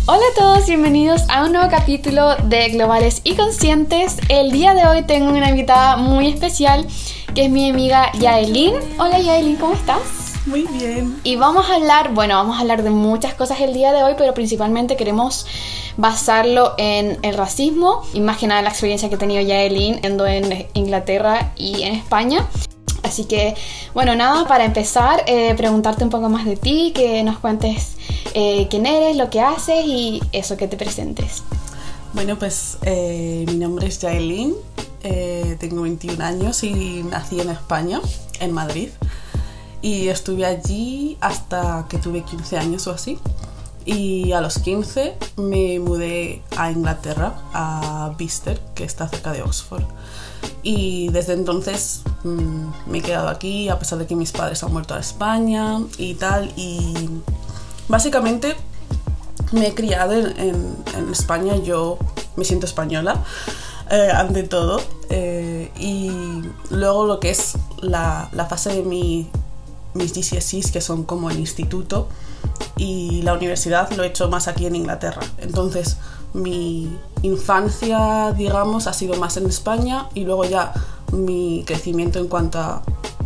Hola a todos, bienvenidos a un nuevo capítulo de Globales y Conscientes. El día de hoy tengo una invitada muy especial que es mi amiga Yaelin. Hola Yaelin, ¿cómo estás? Muy bien. Y vamos a hablar de muchas cosas el día de hoy, pero principalmente queremos basarlo en el racismo y más que nada la experiencia que ha tenido Yaelin yendo en Inglaterra y en España. Así que, bueno, nada, para empezar, preguntarte un poco más de ti, que nos cuentes quién eres, lo que haces y eso, que te presentes. Bueno, pues mi nombre es Yaelin, tengo 21 años y nací en España, en Madrid. Y estuve allí hasta que tuve 15 años o así. Y a los 15 me mudé a Inglaterra, a Bicester, que está cerca de Oxford. Y desde entonces me he quedado aquí, a pesar de que mis padres han vuelto a España y tal. Y básicamente me he criado en España. Yo me siento española, ante todo. Y luego lo que es la fase de mis GCSEs, que son como el instituto, y la universidad lo he hecho más aquí en Inglaterra. Entonces mi infancia, digamos, ha sido más en España y luego ya mi crecimiento en cuanto a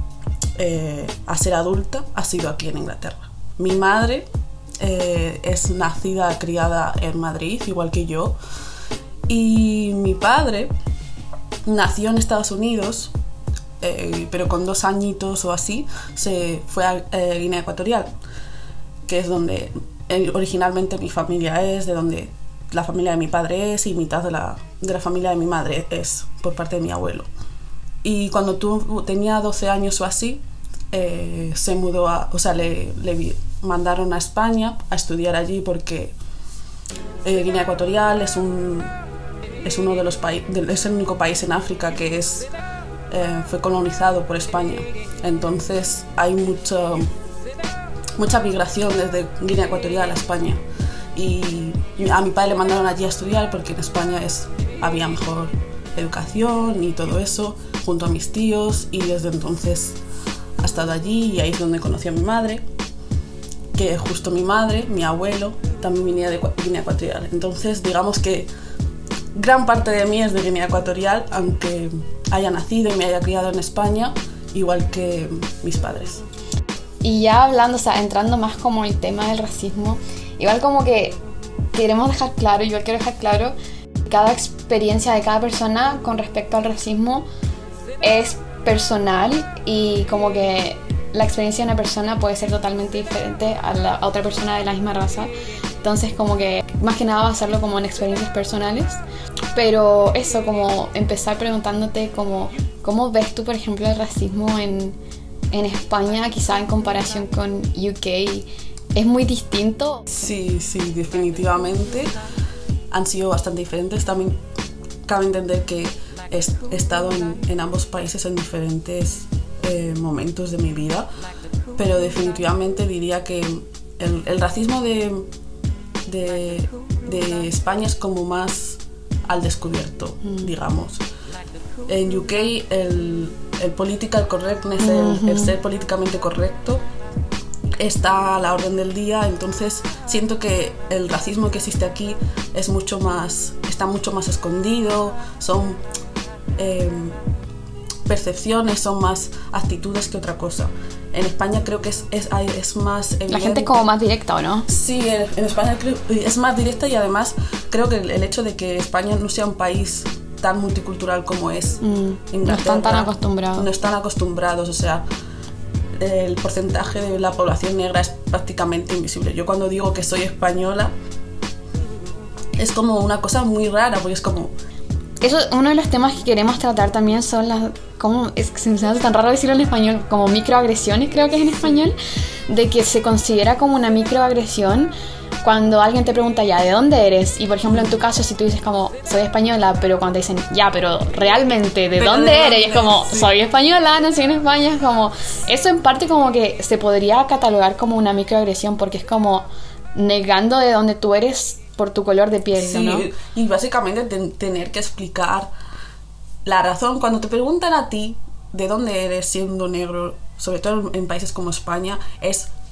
ser adulta ha sido aquí en Inglaterra. Mi madre es nacida, criada en Madrid, igual que yo, y mi padre nació en Estados Unidos, pero con 2 añitos o así se fue a Guinea Ecuatorial, que es donde originalmente mi familia es, de donde la familia de mi padre es y mitad de la familia de mi madre es por parte de mi abuelo. Y cuando tenía 12 años o así, se mudó le mandaron a España a estudiar allí porque Guinea Ecuatorial es uno de los es el único país en África que fue colonizado por España. Entonces hay mucha migración desde Guinea Ecuatorial a España. Y a mi padre le mandaron allí a estudiar porque en España había mejor educación y todo eso, junto a mis tíos, y desde entonces ha estado allí y ahí es donde conocí a mi madre, que justo mi madre, mi abuelo, también venía de Guinea Ecuatorial. Entonces digamos que gran parte de mí es de Guinea Ecuatorial, aunque haya nacido y me haya criado en España, igual que mis padres. Y ya hablando, entrando más como el tema del racismo, igual como que queremos dejar claro, yo quiero dejar claro, cada experiencia de cada persona con respecto al racismo es personal y como que la experiencia de una persona puede ser totalmente diferente a otra persona de la misma raza. Entonces como que más que nada basarlo como en experiencias personales. Pero eso, como empezar preguntándote cómo ves tú, por ejemplo, el racismo en España, quizá en comparación con UK, ¿es muy distinto? Sí, definitivamente han sido bastante diferentes. También cabe entender que he estado en ambos países en diferentes momentos de mi vida, pero definitivamente diría que el racismo de España es como más al descubierto, digamos. En UK el political correctness, el ser políticamente correcto está a la orden del día. Entonces siento que el racismo que existe aquí está mucho más escondido, son percepciones, son más actitudes que otra cosa. En España creo que es más evidente. La gente es como más directa, ¿o no? Sí, en España creo es más directa, y además creo que el hecho de que España no sea un país tan multicultural como es Inglaterra, no están tan acostumbrados. No están acostumbrados, o sea, el porcentaje de la población negra es prácticamente invisible. Yo cuando digo que soy española es como una cosa muy rara, porque es como... Eso, uno de los temas que queremos tratar también son es que se me hace tan raro decirlo en español, como microagresiones, creo que es en español, de que se considera como una microagresión cuando alguien te pregunta ya, ¿de dónde eres? Y por ejemplo en tu caso, si tú dices como, soy española, pero cuando te dicen, ya, pero realmente, ¿de dónde eres? Y es como, sí, soy española, nací en España. Es como, eso en parte como que se podría catalogar como una microagresión, porque es como negando de dónde tú eres por tu color de piel, sí, ¿no? Y básicamente tener que explicar la razón. Cuando te preguntan a ti de dónde eres siendo negro, sobre todo en países como España, es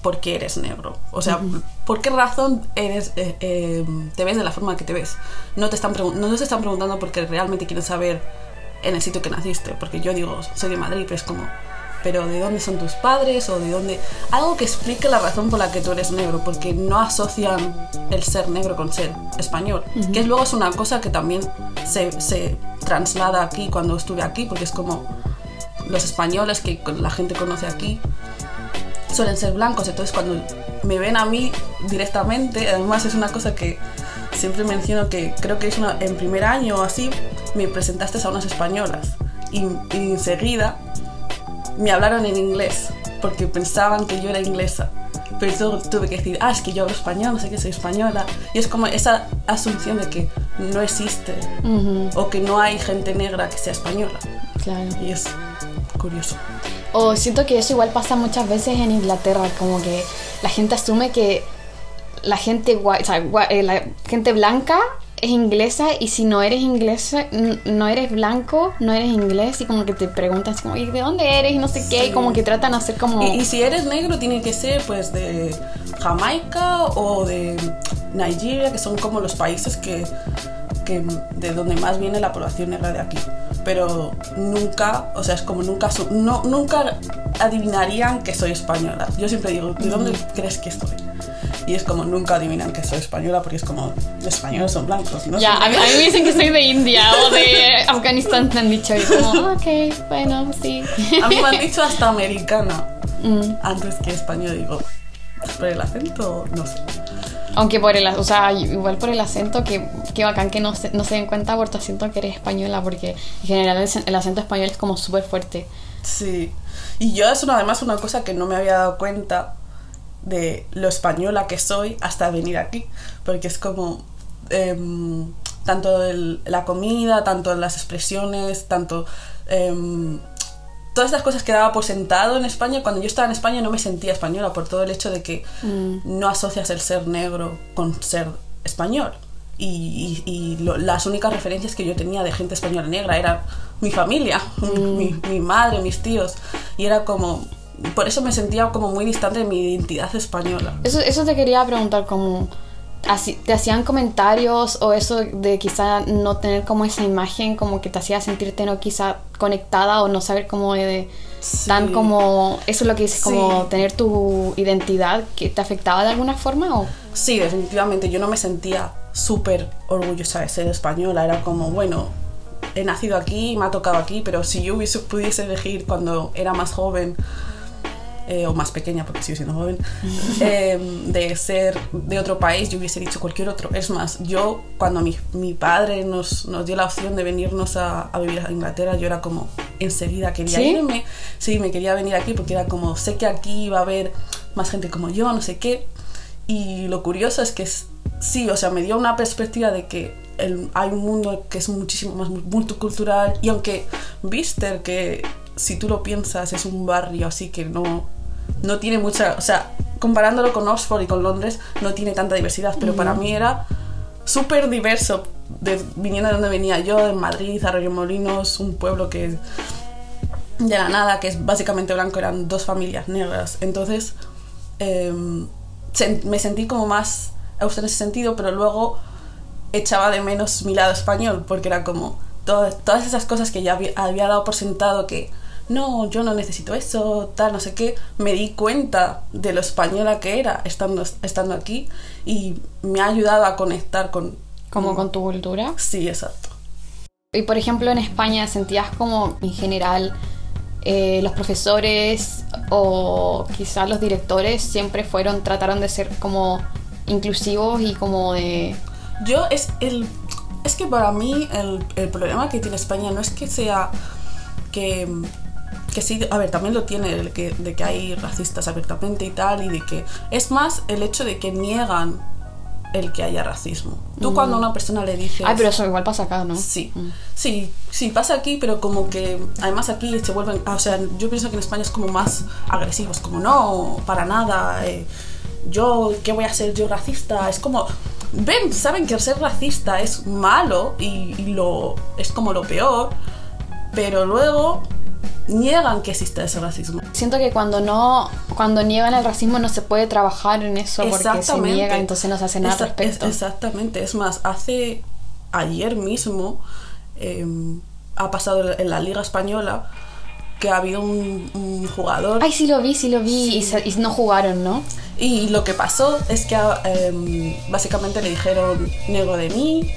por qué eres negro. O sea, por qué razón eres, te ves de la forma que te ves. No te están preguntando porque realmente quieren saber en el sitio que naciste. Porque yo digo, soy de Madrid, pero es como, pero ¿de dónde son tus padres? O de dónde... Algo que explique la razón por la que tú eres negro, porque no asocian el ser negro con ser español. Que luego es una cosa que también se traslada aquí cuando estuve aquí, porque es como los españoles que la gente conoce aquí suelen ser blancos, entonces cuando me ven a mí directamente, además es una cosa que siempre menciono, que creo que es en primer año o así, me presentaste a unas españolas y enseguida me hablaron en inglés porque pensaban que yo era inglesa, pero yo tuve que decir, es que yo hablo español, no sé qué, soy española, y es como esa asunción de que no existe o que no hay gente negra que sea española. Claro. Y es curioso. O siento que eso igual pasa muchas veces en Inglaterra, como que la gente asume que la gente la gente blanca es inglesa, y si no eres inglesa, no eres blanco, no eres inglés, y como que te preguntan como, ¿y de dónde eres? Y no sé qué, y como que tratan de hacer como... Y si eres negro tiene que ser pues de Jamaica o de Nigeria, que son como los países que de donde más viene la población negra de aquí. Pero nunca, o sea, es como nunca adivinarían que soy española. Yo siempre digo, ¿de dónde crees que estoy? Y es como nunca adivinan que soy española, porque es como, los españoles son blancos, ¿no? Ya, a mí me dicen que soy de India o de Afganistán, me han dicho, y como, ok, bueno, sí. A mí me han dicho hasta americana antes que español. Digo, ¿por el acento? No sé. Aunque igual por el acento, que bacán que no se den cuenta por tu acento que eres española, porque en general el acento español es como súper fuerte. Sí, y yo es además una cosa que no me había dado cuenta de lo española que soy hasta venir aquí, porque es como tanto la comida, tanto las expresiones, tanto todas estas cosas que daba por sentado en España. Cuando yo estaba en España no me sentía española por todo el hecho de que no asocias el ser negro con ser español, y las únicas referencias que yo tenía de gente española negra era mi familia, mi madre, mis tíos, y era como, por eso me sentía como muy distante de mi identidad española. Eso te quería preguntar, como ¿te hacían comentarios o eso de quizá no tener como esa imagen como que te hacía sentirte no quizá conectada o no saber cómo tan como eso es lo que dices, como tener tu identidad, que te afectaba de alguna forma? ¿O? Sí, definitivamente yo no me sentía súper orgullosa de ser española, era como, bueno, he nacido aquí, me ha tocado aquí, pero si yo pudiese elegir cuando era más joven, o más pequeña porque sigo siendo joven, de ser de otro país, yo hubiese dicho cualquier otro. Es más, yo cuando mi padre nos dio la opción de venirnos a vivir a Inglaterra, yo era como, enseguida quería irme. Sí, me quería venir aquí porque era como, sé que aquí va a haber más gente como yo, no sé qué. Y lo curioso es que sí, o sea, me dio una perspectiva de que hay un mundo que es muchísimo más multicultural, y aunque Bicester, que si tú lo piensas es un barrio así que no tiene mucha, o sea, comparándolo con Oxford y con Londres, no tiene tanta diversidad, pero para mí era súper diverso, viniendo de donde venía yo, en Madrid, Arroyomolinos, un pueblo que de la nada, que es básicamente blanco, eran 2 familias negras. Entonces me sentí como más a usted en ese sentido, pero luego echaba de menos mi lado español, porque era como todas esas cosas que ya había dado por sentado, que no, yo no necesito eso, tal, no sé qué. Me di cuenta de lo española que era estando aquí, y me ha ayudado a conectar con tu cultura. Sí, exacto. Y por ejemplo en España, ¿sentías como en general los profesores o quizás los directores siempre trataron de ser como inclusivos y como de... Es que para mí el problema que tiene España no es que sea que sí, a ver, también lo tiene de que hay racistas abiertamente y tal, y de que es más el hecho de que niegan el que haya racismo. Tú cuando a una persona le dices... Ay, pero eso igual pasa acá, ¿no? Sí, sí, pasa aquí, pero como que además aquí se vuelven... O sea, yo pienso que en España es como más agresivos, como no, para nada, ¿qué voy a ser yo racista? Es como... saben que el ser racista es malo y es como lo peor, pero luego niegan que exista ese racismo. Siento que cuando niegan el racismo no se puede trabajar en eso porque se niega, entonces no se hace nada al respecto. Exactamente, es más, ayer mismo ha pasado en la Liga Española que ha habido un jugador... Ay, sí lo vi, sí. Y no jugaron, ¿no? Y lo que pasó es que básicamente le dijeron negro de mí,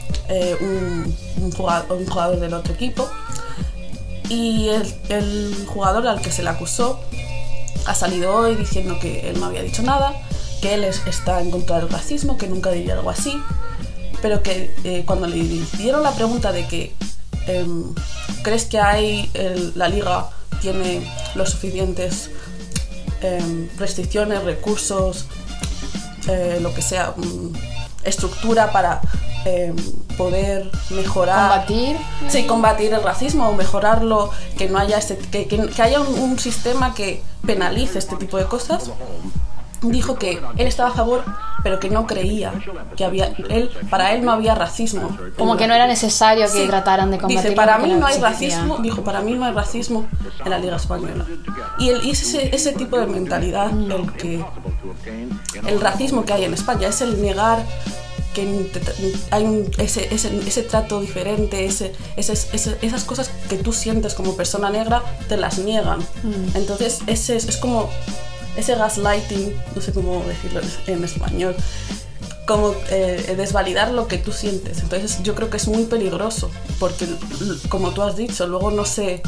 un jugador del otro equipo, y el jugador al que se le acusó ha salido hoy diciendo que él no había dicho nada, que él está en contra del racismo, que nunca diría algo así, pero que cuando le hicieron la pregunta de que ¿crees que la liga tiene los suficientes restricciones, recursos, lo que sea, estructura para poder mejorar, combatir el racismo o mejorarlo, que no haya que haya un sistema que penalice este tipo de cosas? Dijo que él estaba a favor, pero que no creía que para él no había racismo. Como que no era necesario que trataran de combatirlo. Dice, para mí no hay racismo en la Liga Española. Y es ese tipo de mentalidad el racismo que hay en España, es el negar que hay ese trato diferente, esas cosas que tú sientes como persona negra, te las niegan. Entonces es como ese gaslighting, no sé cómo decirlo en español, como desvalidar lo que tú sientes. Entonces yo creo que es muy peligroso, porque como tú has dicho, luego no se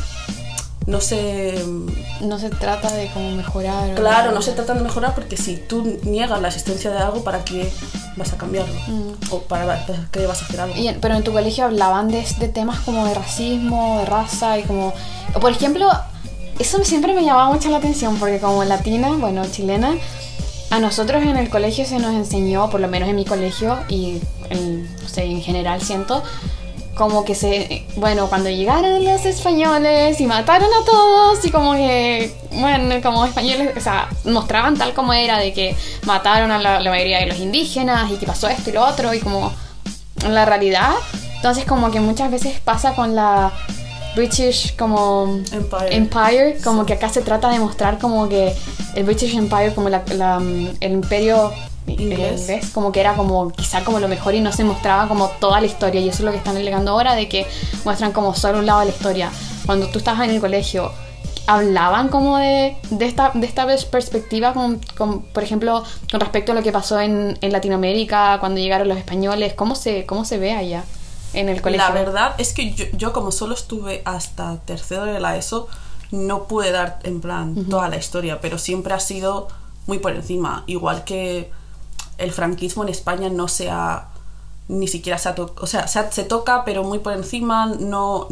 trata de cómo mejorar. Claro, no se trata de mejorar, porque si tú niegas la existencia de algo, ¿para qué vas a cambiarlo? ¿O para qué vas a hacer algo? Pero en tu colegio hablaban de temas como de racismo, de raza y como... Por ejemplo, eso siempre me llamaba mucho la atención, porque como latina, chilena, a nosotros en el colegio se nos enseñó, por lo menos en mi colegio y en general siento, como que cuando llegaron los españoles y mataron a todos y como que, como españoles, o sea, mostraban tal como era de que mataron a la mayoría de los indígenas y que pasó esto y lo otro y como en la realidad. Entonces como que muchas veces pasa con la British como Empire, como que acá se trata de mostrar como que el British Empire como el imperio inglés como que era como quizá como lo mejor y no se mostraba como toda la historia, y eso es lo que están alegando ahora, de que muestran como solo un lado de la historia. Cuando tú estabas en el colegio, ¿hablaban como de esta perspectiva por ejemplo, con respecto a lo que pasó en Latinoamérica cuando llegaron los españoles? ¿Cómo se ve allá en el colegio? La verdad es que yo como solo estuve hasta tercero de la ESO, no pude dar en plan toda la historia, pero siempre ha sido muy por encima. Igual que el franquismo en España ni siquiera se toca, pero muy por encima. No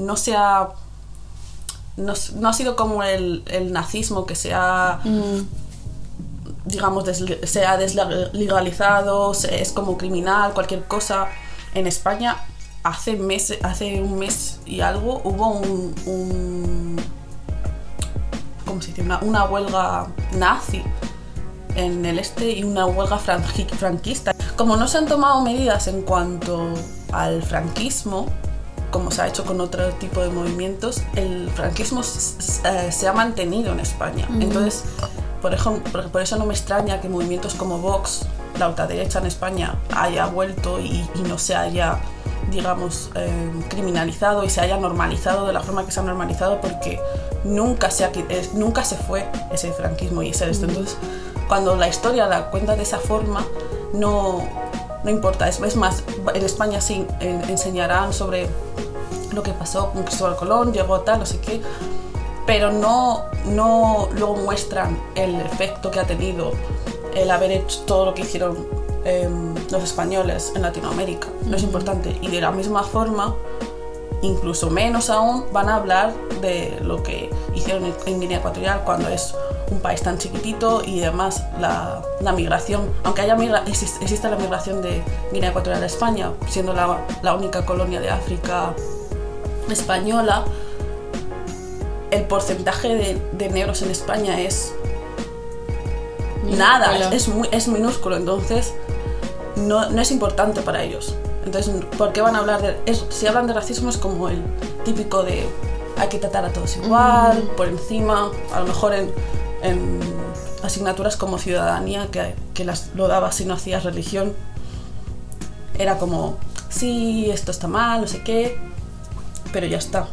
ha sido como el nazismo, que se ha digamos se ha deslegalizado, es como criminal, cualquier cosa. En España hace un mes y algo hubo ¿cómo se dice? Una huelga nazi en el este y una huelga franquista. Como no se han tomado medidas en cuanto al franquismo, como se ha hecho con otro tipo de movimientos, el franquismo se ha mantenido en España. Entonces, por eso no me extraña que movimientos como Vox, la ultraderecha en España, haya vuelto y no se haya, digamos, criminalizado y se haya normalizado de la forma que se ha normalizado, porque nunca se fue ese franquismo y ese esto. Entonces, cuando la historia la cuenta de esa forma, no importa. Es más, en España sí enseñarán sobre lo que pasó con Cristóbal Colón, llegó tal, no sé qué, pero no luego muestran el efecto que ha tenido el haber hecho todo lo que hicieron los españoles en Latinoamérica. No es importante. Y de la misma forma, incluso menos aún, van a hablar de lo que hicieron en Guinea Ecuatorial, cuando es un país tan chiquitito, y además la migración, aunque existe la migración de Guinea Ecuatorial a España, siendo la única colonia de África española, el porcentaje de negros en España es nada, es minúsculo. Entonces no es importante para ellos. Entonces, ¿por qué van a hablar si hablan de racismo? Es como el típico de hay que tratar a todos igual, por encima, a lo mejor en asignaturas como ciudadanía, que lo dabas si no hacías religión, era como, sí, esto está mal, no sé qué, pero ya está.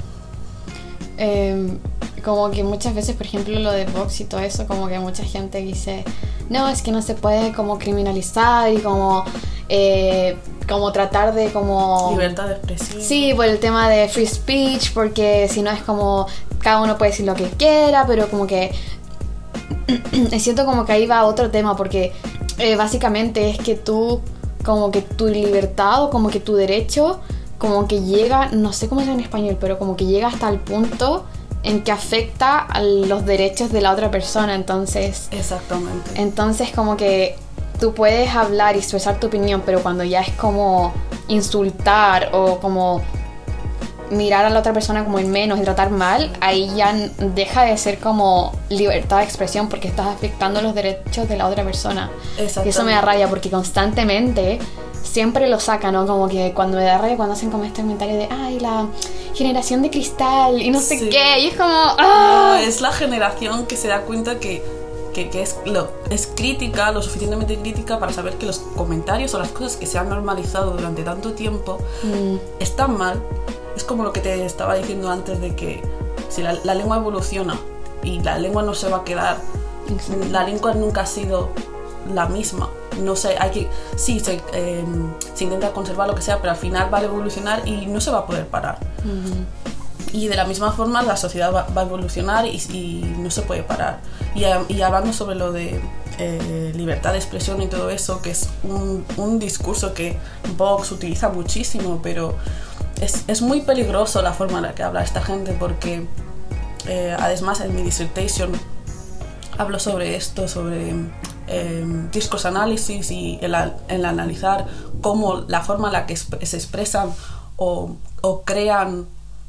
Como que muchas veces, por ejemplo, lo de Vox y todo eso, como que mucha gente dice, no, es que no se puede como criminalizar y como tratar de como... Libertad de expresión. Sí, por el tema de free speech, porque si no es como cada uno puede decir lo que quiera, pero como que siento como que ahí va otro tema, porque básicamente es que tú, como que tu libertad o como que tu derecho, como que llega, no sé cómo es en español, pero como que llega hasta el punto en que afecta a los derechos de la otra persona, entonces... Exactamente. Entonces como que tú puedes hablar y expresar tu opinión, pero cuando ya es como insultar o como mirar a la otra persona como en menos y tratar mal, ahí ya deja de ser como libertad de expresión porque estás afectando los derechos de la otra persona. Y eso me da rabia porque constantemente siempre lo sacan, ¿no? Como que cuando me da rabia cuando hacen como este comentario de ay, la generación de cristal y no sé qué, y es como ¡ah! No, es la generación que se da cuenta que es crítica, lo suficientemente crítica para saber que los comentarios o las cosas que se han normalizado durante tanto tiempo están mal. Es como lo que te estaba diciendo antes de que si la lengua evoluciona y la lengua no se va a quedar, la lengua nunca ha sido la misma. No sé, se intenta conservar lo que sea, pero al final va a evolucionar y no se va a poder parar. Y de la misma forma la sociedad va a evolucionar y no se puede parar. Y hablando sobre lo de libertad de expresión y todo eso, que es un discurso que Vox utiliza muchísimo, pero es muy peligroso la forma en la que habla esta gente, porque además en mi dissertation hablo sobre esto, sobre discourse análisis y el analizar cómo la forma en la que se expresan o crean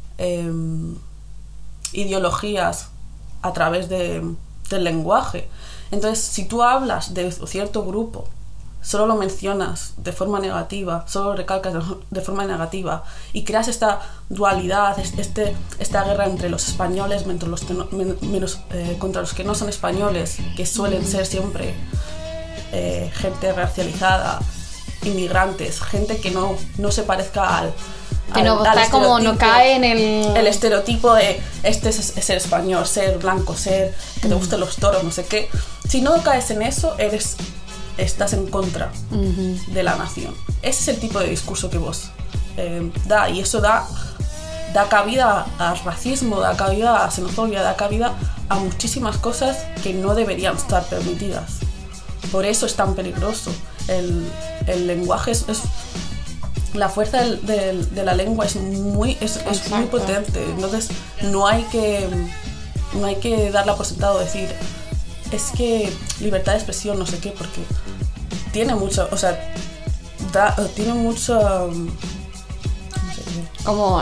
ideologías a través del lenguaje. Entonces, si tú hablas de cierto grupo, solo lo mencionas de forma negativa, solo lo recalcas de forma negativa y creas esta dualidad, esta guerra entre los españoles contra los que no son españoles, que suelen ser siempre gente racializada, inmigrantes, gente que no se parezca al que no está como no cae en el estereotipo de este es ser español, ser blanco, ser que te gusten los toros, no sé qué. Si no caes en eso, estás en contra de la nación. Ese es el tipo de discurso que vos da, y eso da cabida al racismo, da cabida a xenofobia, da cabida a muchísimas cosas que no deberían estar permitidas. Por eso es tan peligroso. El lenguaje es la fuerza de la lengua es muy potente. Entonces no hay que darla por sentado, decir es que libertad de expresión no sé qué, porque tiene mucho, o sea, tiene mucho no sé qué, como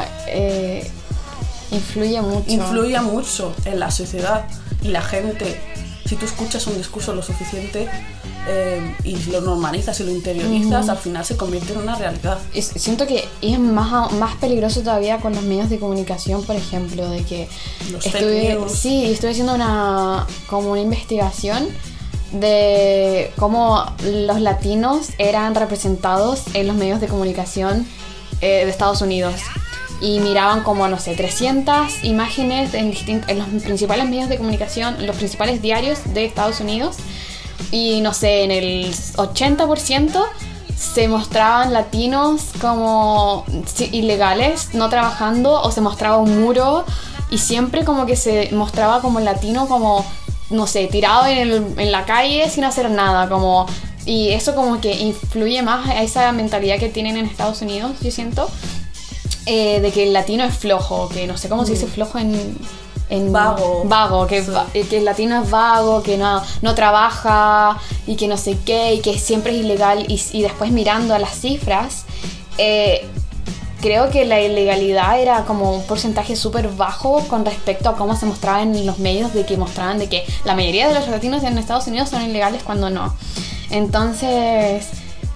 influye mucho en la sociedad, y la gente, si tú escuchas un discurso lo suficiente y lo normalizas y lo interiorizas, al final se convierte en una realidad. Siento que es más peligroso todavía con los medios de comunicación, por ejemplo, de que estuve haciendo una investigación de cómo los latinos eran representados en los medios de comunicación de Estados Unidos. Y miraban como, no sé, 300 imágenes en los principales medios de comunicación, los principales diarios de Estados Unidos. Y no sé, en el 80% se mostraban latinos como ilegales, no trabajando, o se mostraba un muro y siempre como que se mostraba como el latino como, no sé, tirado en la calle sin hacer nada, como, y eso como que influye más a esa mentalidad que tienen en Estados Unidos, yo siento, de que el latino es flojo, que no sé cómo se dice flojo en vago, que el latino es vago, que no trabaja y que no sé qué, y que siempre es ilegal, y después mirando a las cifras, creo que la ilegalidad era como un porcentaje súper bajo con respecto a cómo se mostraba en los medios, de que mostraban de que la mayoría de los latinos en Estados Unidos son ilegales cuando no. Entonces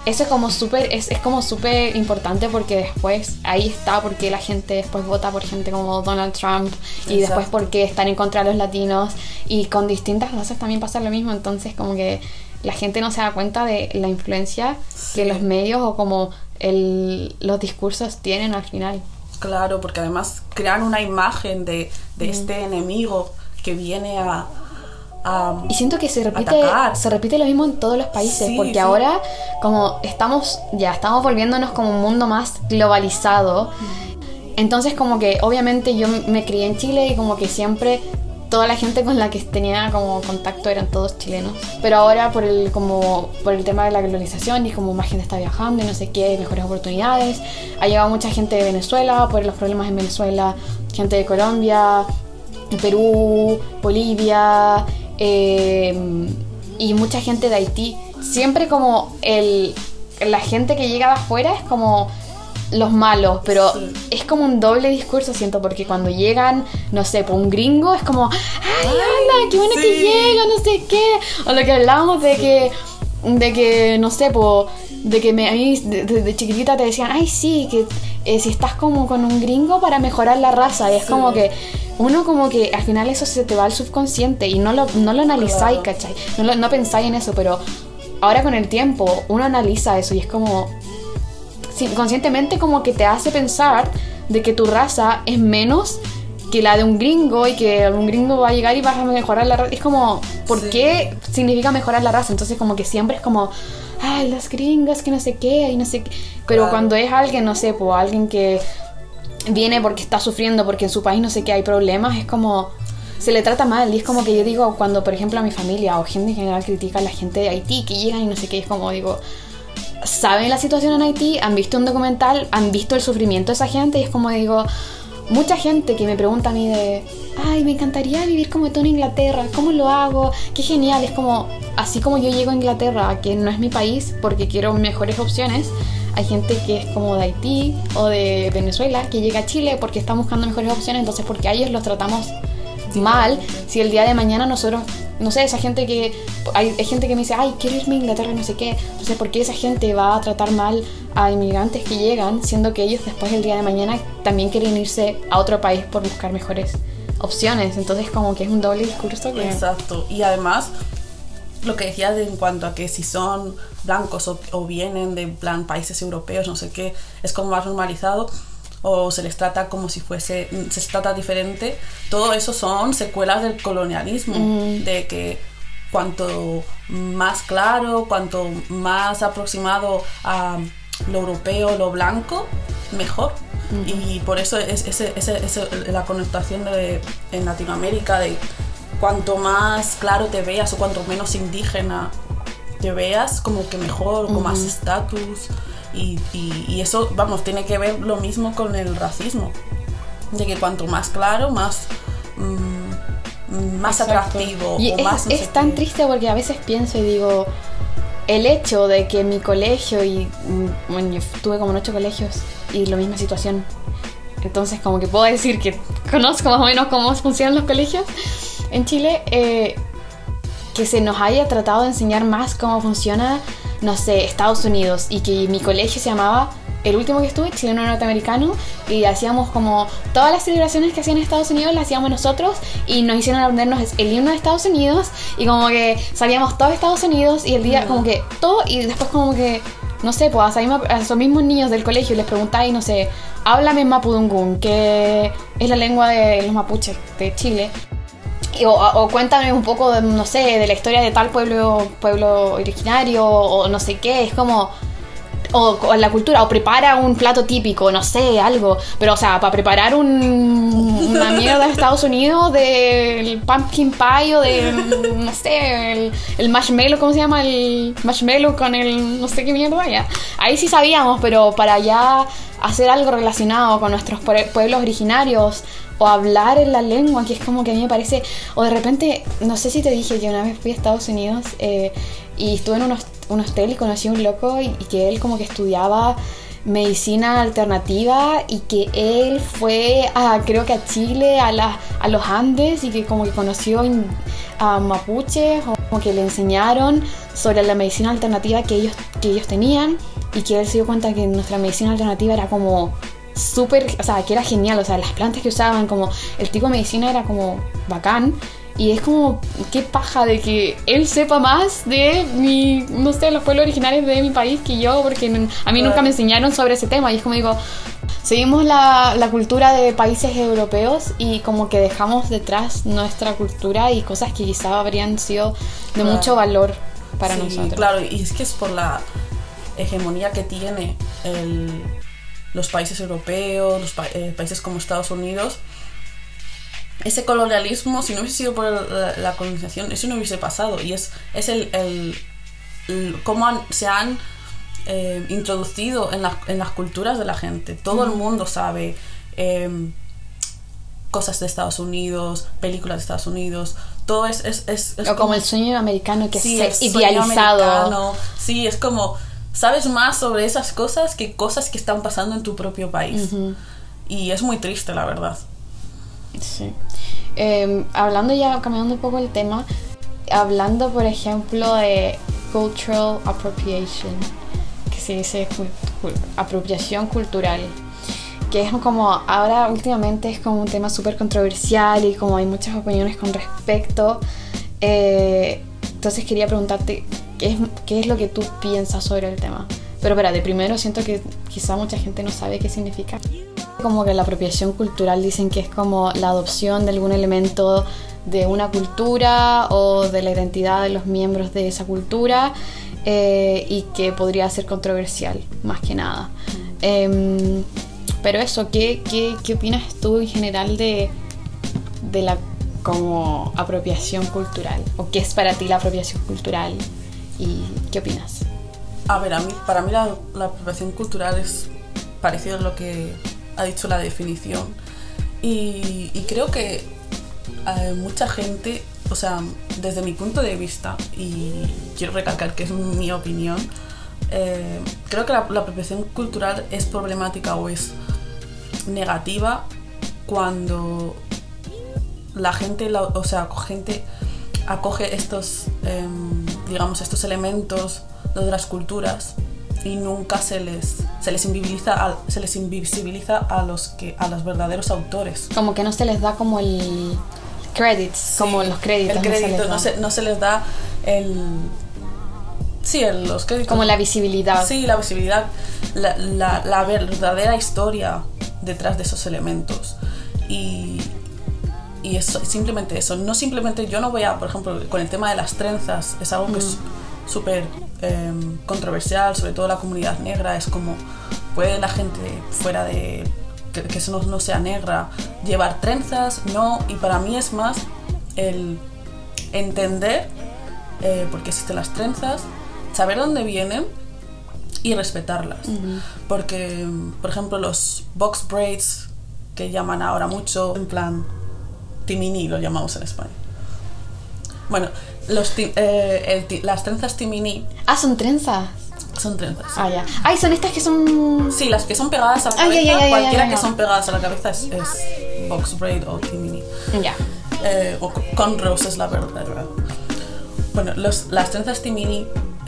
eso es como súper importante porque después ahí está porque la gente después vota por gente como Donald Trump y después porque están en contra de los latinos y con distintas razas también pasa lo mismo, entonces como que la gente no se da cuenta de la influencia que los medios o como los discursos tienen al final. Claro, porque además crean una imagen de este enemigo que viene a y siento que se repite lo mismo en todos los países, porque ahora como estamos volviéndonos como un mundo más globalizado, entonces como que obviamente yo me crié en Chile y como que siempre toda la gente con la que tenía como contacto eran todos chilenos, pero ahora por el tema de la globalización y como más gente está viajando y no sé qué, mejores oportunidades, ha llegado mucha gente de Venezuela por los problemas en Venezuela, gente de Colombia, Perú, Bolivia, y mucha gente de Haití. Siempre como la gente que llega de afuera es como los malos, pero es como un doble discurso, siento, porque cuando llegan, no sé, por un gringo es como, ¡ay, anda, qué bueno que llega, no sé qué! O lo que hablábamos de que no sé, de que a mí desde chiquitita te decían, ¡ay, sí! Que si estás como con un gringo para mejorar la raza, y es como que uno como que al final eso se te va al subconsciente y no lo analizáis, ¿cachai? No pensáis en eso, pero ahora con el tiempo uno analiza eso y es como conscientemente como que te hace pensar de que tu raza es menos que la de un gringo y que un gringo va a llegar y vas a mejorar la raza. Es como, ¿por qué significa mejorar la raza? Entonces como que siempre es como, ay, las gringas que no sé qué y no sé qué. Pero cuando es alguien, no sé, alguien que viene porque está sufriendo, porque en su país no sé qué hay problemas, es como se le trata mal. Y es como que yo digo, cuando por ejemplo a mi familia o gente en general critica a la gente de Haití que llegan y no sé qué, es como digo, saben la situación en Haití, han visto un documental, han visto el sufrimiento de esa gente, y es como digo, mucha gente que me pregunta a mí de, ay, me encantaría vivir como tú en Inglaterra, ¿cómo lo hago? Qué genial. Es como, así como yo llego a Inglaterra, que no es mi país porque quiero mejores opciones, hay gente que es como de Haití o de Venezuela que llega a Chile porque está buscando mejores opciones, entonces porque a ellos los tratamos mal, si el día de mañana nosotros, no sé, esa gente que hay gente que me dice, ay, quiero irme a Inglaterra y no sé qué, entonces ¿por qué esa gente va a tratar mal a inmigrantes que llegan, siendo que ellos después el día de mañana también quieren irse a otro país por buscar mejores opciones? Entonces como que es un doble discurso que... Exacto, y además lo que decías en cuanto a que si son blancos o vienen de plan países europeos, no sé qué, es como más normalizado o se les trata como si se trata diferente. Todo eso son secuelas del colonialismo, de que cuanto más claro, cuanto más aproximado a lo europeo, lo blanco, mejor. Y por eso es la connotación en Latinoamérica de cuanto más claro te veas o cuanto menos indígena te veas, como que mejor, con más estatus. Y eso, vamos, tiene que ver lo mismo con el racismo, de que cuanto más claro, más atractivo. Y o más es tan triste porque a veces pienso y digo, el hecho de que mi colegio, y bueno, yo estuve como en 8 colegios y la misma situación, entonces como que puedo decir que conozco más o menos cómo funcionan los colegios en Chile, que se nos haya tratado de enseñar más cómo funciona, no sé, Estados Unidos, y que mi colegio se llamaba, el último que estuve, chileno norteamericano, y hacíamos como todas las celebraciones que hacían en Estados Unidos las hacíamos nosotros, y nos hicieron aprendernos el himno de Estados Unidos, y como que sabíamos todo Estados Unidos, y el día como que todo, y después como que, no sé, pues a esos mismos niños del colegio les preguntáis, no sé, háblame mapudungún, que es la lengua de los mapuches de Chile, o cuéntame un poco de, no sé, de la historia de tal pueblo originario, o no sé qué, es como, o la cultura, o prepara un plato típico, no sé, algo, pero o sea, para preparar una mierda de Estados Unidos del pumpkin pie o de, no sé, el marshmallow, ¿cómo se llama? El marshmallow con el no sé qué mierda, ya. Ahí sí sabíamos, pero para ya hacer algo relacionado con nuestros pueblos originarios o hablar en la lengua, que es como que a mí me parece, o de repente, no sé si te dije que una vez fui a Estados Unidos y estuve en un hostel y conocí a un loco y que él como que estudiaba medicina alternativa y que él fue creo que a Chile, a los Andes, y que como que conoció a mapuches, o como que le enseñaron sobre la medicina alternativa que ellos tenían, y que él se dio cuenta que nuestra medicina alternativa era como súper, o sea, que era genial, o sea, las plantas que usaban, como el tipo de medicina era como bacán. Y es como, qué paja de que él sepa más de no sé, los pueblos originarios de mi país que yo, porque a mí nunca me enseñaron sobre ese tema. Y es como digo, seguimos la cultura de países europeos y como que dejamos detrás nuestra cultura y cosas que quizá habrían sido de mucho valor para nosotros. Claro, y es que es por la hegemonía que tiene los países europeos, los países como Estados Unidos. Ese colonialismo, si no hubiese sido por la colonización, eso no hubiese pasado. Y es el cómo se han introducido en las culturas de la gente. Todo el mundo sabe cosas de Estados Unidos, películas de Estados Unidos. Todo es o como el sueño americano que sí, es idealizado. Sí, es como sabes más sobre esas cosas que están pasando en tu propio país. Y es muy triste, la verdad. Sí. Hablando ya, cambiando un poco el tema, hablando por ejemplo de cultural appropriation, que se dice apropiación cultural, que es como ahora últimamente es como un tema súper controversial y como hay muchas opiniones con respecto. Entonces quería preguntarte qué es lo que tú piensas sobre el tema. Pero espérate, primero siento que quizá mucha gente no sabe qué significa. Como que la apropiación cultural dicen que es como la adopción de algún elemento de una cultura o de la identidad de los miembros de esa cultura, y que podría ser controversial, más que nada. Pero eso, ¿qué opinas tú en general de la como apropiación cultural? ¿O qué es para ti la apropiación cultural? ¿Y qué opinas? A ver, para mí la apropiación cultural es parecido a lo que ha dicho la definición. Y creo que mucha gente, o sea, desde mi punto de vista, y quiero recalcar que es mi opinión, creo que la apropiación cultural es problemática o es negativa cuando la gente, gente acoge estos, digamos, estos elementos de las culturas y nunca se les invisibiliza a los verdaderos autores. Como que no se les da como el credits, sí, como los créditos. El crédito no se les da los créditos. Como la visibilidad. Sí, la visibilidad, la verdadera historia detrás de esos elementos. Y es simplemente eso. No simplemente, yo no voy a, por ejemplo, con el tema de las trenzas, es algo que es súper controversial, sobre todo la comunidad negra. Es como, ¿puede la gente fuera de que eso no sea negra llevar trenzas? No, y para mí es más el entender por qué existen las trenzas, saber dónde vienen y respetarlas. Porque, por ejemplo, los box braids, que llaman ahora mucho, en plan timini lo llamamos en España. Bueno, las trenzas timini. ¿Son trenzas? Son trenzas. Sí. Ya. Ay, son estas que son... Sí, las que son pegadas a la cabeza. Cualquiera que son pegadas a la cabeza es box braid o timini. Ya. O cornrows es la verdad. Bueno, las trenzas timini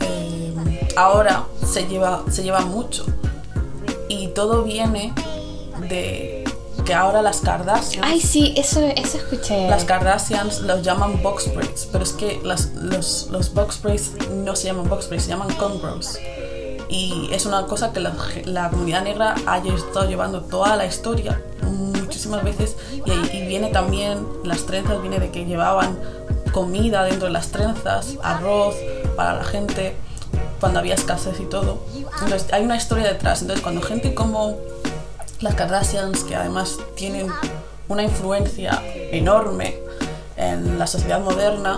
ahora se lleva mucho. Y todo viene de que ahora las Kardashians... Ay, sí, eso escuché. Las Kardashians los llaman box braids, pero es que los box braids no se llaman box braids, se llaman cornrows. Y es una cosa que la comunidad negra ha estado llevando toda la historia, muchísimas veces. Y viene también, las trenzas, viene de que llevaban comida dentro de las trenzas, arroz para la gente, cuando había escasez y todo. Entonces hay una historia detrás. Entonces cuando gente como las Kardashians, que además tienen una influencia enorme en la sociedad moderna,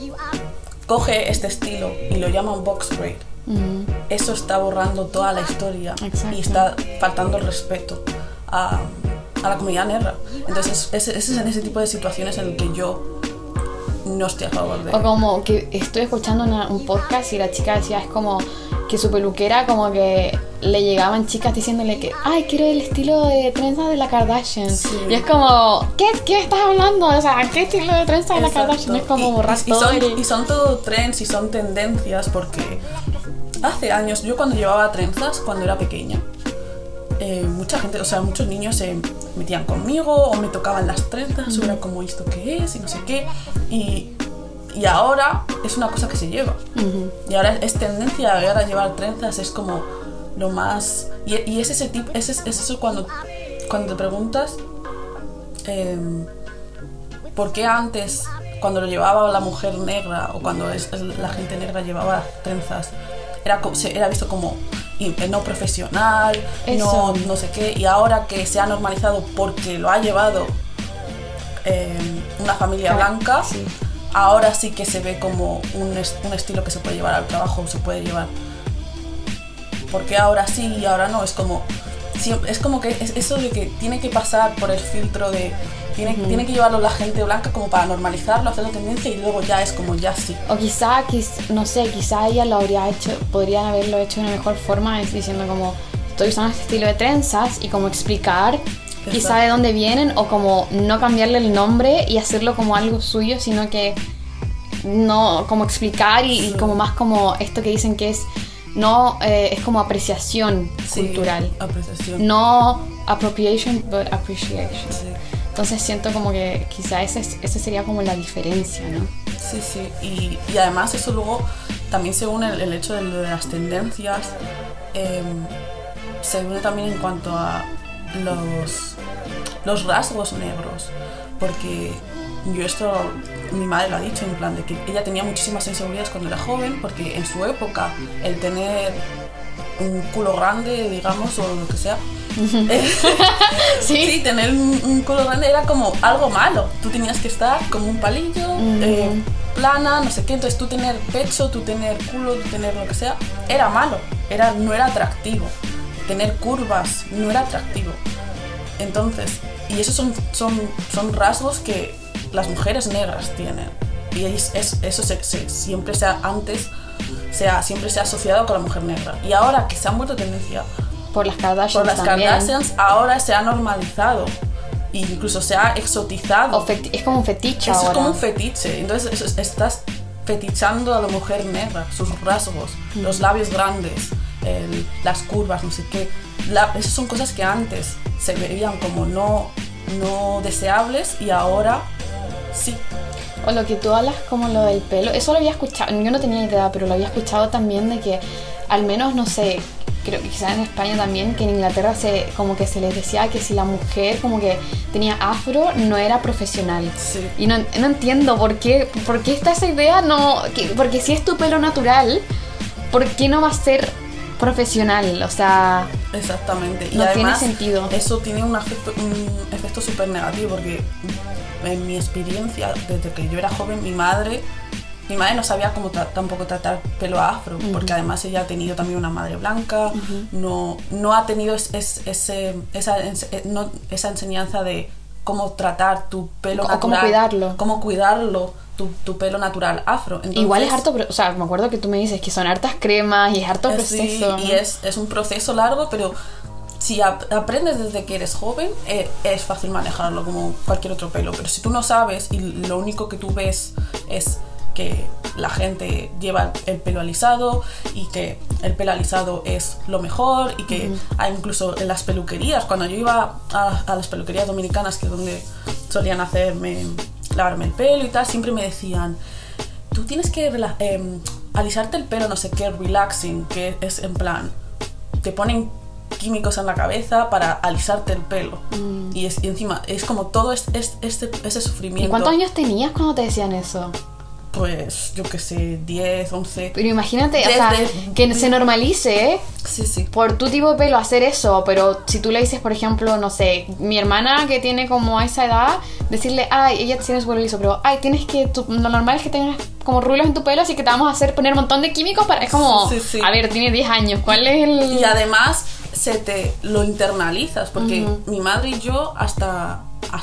coge este estilo y lo llaman box braid, eso está borrando toda la historia. Exacto. Y está faltando el respeto a la comunidad negra. Entonces es en ese tipo de situaciones en el que yo no estoy a favor de... O como que estoy escuchando un podcast y la chica decía, es como que su peluquera como que le llegaban chicas diciéndole que, ay, quiero el estilo de trenza de la Kardashian. Sí. Y es como, ¿qué estás hablando? O sea, ¿qué estilo de trenza de la Kardashian? Es como borrar todo. Y son todo trends y son tendencias, porque hace años, yo cuando llevaba trenzas, cuando era pequeña, mucha gente, o sea, muchos niños se metían conmigo o me tocaban las trenzas, o era como, ¿esto qué es? Y no sé qué. Y ahora es una cosa que se lleva. Y ahora es tendencia, y ahora llevar trenzas es como lo más... Y es ese tipo, es eso cuando te preguntas por qué antes, cuando lo llevaba la mujer negra o cuando la gente negra llevaba trenzas, era visto como no profesional, no sé qué, y ahora que se ha normalizado porque lo ha llevado una familia blanca, sí. Ahora sí que se ve como un estilo que se puede llevar al trabajo, se puede llevar. Porque ahora sí y ahora no, es como que es eso de que tiene que pasar por el filtro de... Tiene que llevarlo la gente blanca como para normalizarlo, hacerlo tendencia, y luego ya es como ya sí. O quizá no sé, quizá ella lo habría hecho, podrían haberlo hecho de una mejor forma, es diciendo como, estoy usando este estilo de trenzas, y como explicar quizá de dónde vienen, o como no cambiarle el nombre y hacerlo como algo suyo, sino que no, como explicar y como más como esto que dicen que es es como apreciación cultural. Apreciación. No appropriation, but appreciation. Sí. Entonces siento como que quizá ese sería como la diferencia, ¿no? Sí, sí. Y además eso luego también se une el hecho de las tendencias, se une también en cuanto a los rasgos negros, porque mi madre lo ha dicho, en plan de que ella tenía muchísimas inseguridades cuando era joven, porque en su época el tener un culo grande, digamos, o lo que sea, sí, tener un culo grande era como algo malo. Tú tenías que estar como un palillo, plana, no sé qué. Entonces tú tener pecho, tú tener culo, tú tener lo que sea, era malo, no era atractivo. Tener curvas no era atractivo. Entonces, y esos son rasgos que las mujeres negras tienen. Y eso siempre se ha asociado con la mujer negra. Y ahora que se han vuelto tendencia por las Kardashians, ahora se ha normalizado. E incluso se ha exotizado. Es como un fetiche ahora. Es como un fetiche. Entonces estás fetichando a la mujer negra, sus rasgos, los labios grandes, las curvas, no sé qué. Esas son cosas que antes se veían como no deseables y ahora sí. O lo que tú hablas como lo del pelo, eso lo había escuchado, yo no tenía idea, pero lo había escuchado también de que al menos, no sé, creo que quizás en España también, que en Inglaterra como que se les decía que si la mujer como que tenía afro no era profesional. Sí. Y no entiendo por qué está esa idea, porque si es tu pelo natural, ¿por qué no va a ser profesional? O sea, exactamente. No y además, tiene sentido. Eso tiene un efecto súper negativo, porque en mi experiencia, desde que yo era joven, mi madre no sabía cómo tampoco tratar pelo afro, porque además ella ha tenido también una madre blanca, no ha tenido esa enseñanza de cómo tratar tu pelo natural, cómo cuidarlo, tu pelo natural afro. Entonces, igual es harto, o sea, me acuerdo que tú me dices que son hartas cremas y es harto proceso. Sí, y es un proceso largo, pero si aprendes desde que eres joven, es fácil manejarlo como cualquier otro pelo. Pero si tú no sabes y lo único que tú ves es que la gente lleva el pelo alisado y que el pelo alisado es lo mejor, y que hay incluso en las peluquerías, cuando yo iba a las peluquerías dominicanas, que es donde solían lavarme el pelo y tal, siempre me decían, tú tienes que alisarte el pelo, no sé qué, relaxing, que es en plan, te ponen químicos en la cabeza para alisarte el pelo. Y encima es como todo ese sufrimiento. ¿Y cuántos años tenías cuando te decían eso? Pues yo qué sé, 10, 11. Pero imagínate, o sea, que se normalice sí. por tu tipo de pelo hacer eso. Pero si tú le dices, por ejemplo, no sé, mi hermana que tiene como esa edad, decirle, ay, ella tiene su pelo liso, pero ay, tienes que, lo normal es que tengas como rulos en tu pelo, así que te vamos a hacer poner un montón de químicos para... Es como, sí. A ver, tiene 10 años, ¿cuál es el...? Y además lo internalizas, porque mi madre y yo hasta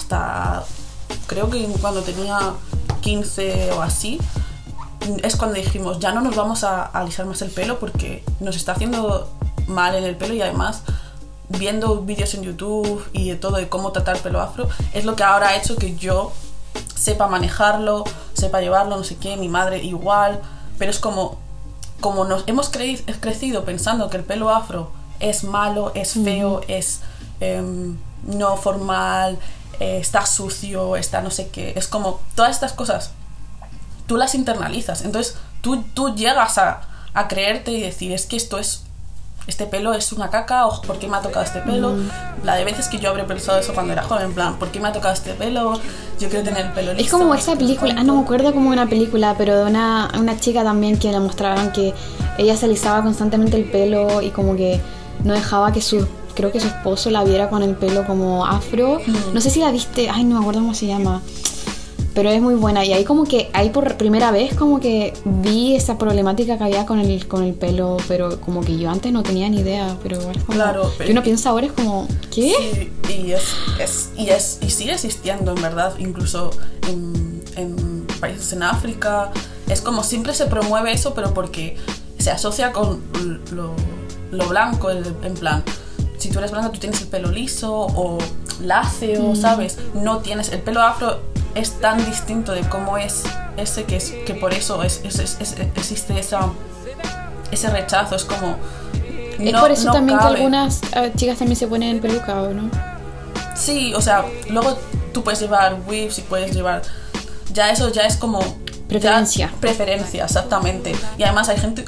creo que cuando tenía 15 o así, es cuando dijimos, ya no nos vamos a alisar más el pelo porque nos está haciendo mal en el pelo, y además viendo vídeos en YouTube y de todo de cómo tratar el pelo afro es lo que ahora ha hecho que yo sepa manejarlo, sepa llevarlo, no sé qué, mi madre igual, pero es como nos hemos crecido pensando que el pelo afro es malo, es feo, es no formal, está sucio, está no sé qué, es como todas estas cosas tú las internalizas, entonces tú llegas a creerte y decir, es que este pelo es una caca, o ¿por qué me ha tocado este pelo? La de veces que yo habré pensado eso cuando era joven, en plan, ¿por qué me ha tocado este pelo? Yo quiero tener el pelo liso. Es como esta película, no me acuerdo como una película, pero de una chica también que le mostraban que ella se alisaba constantemente el pelo y como que no dejaba que creo que su esposo la viera con el pelo como afro. No sé si la viste, no me acuerdo cómo se llama. Pero es muy buena, y ahí como que, ahí por primera vez como que vi esa problemática que había con el pelo, pero como que yo antes no tenía ni idea, pero igual es como, claro, que uno piensa ahora es como, ¿qué? Sí, y sigue existiendo en verdad, incluso en países en África, es como siempre se promueve eso, pero porque se asocia con lo blanco, en plan, si tú eres blanca tú tienes el pelo liso o láceo, ¿sabes? No tienes, el pelo afro es tan distinto de cómo es ese que por eso existe ese rechazo, es como es por eso también cabe. Que algunas chicas también se ponen peluca, ¿o no? Sí, o sea, luego tú puedes llevar weaves y puedes llevar, ya eso ya es como preferencia, exactamente, y además hay gente,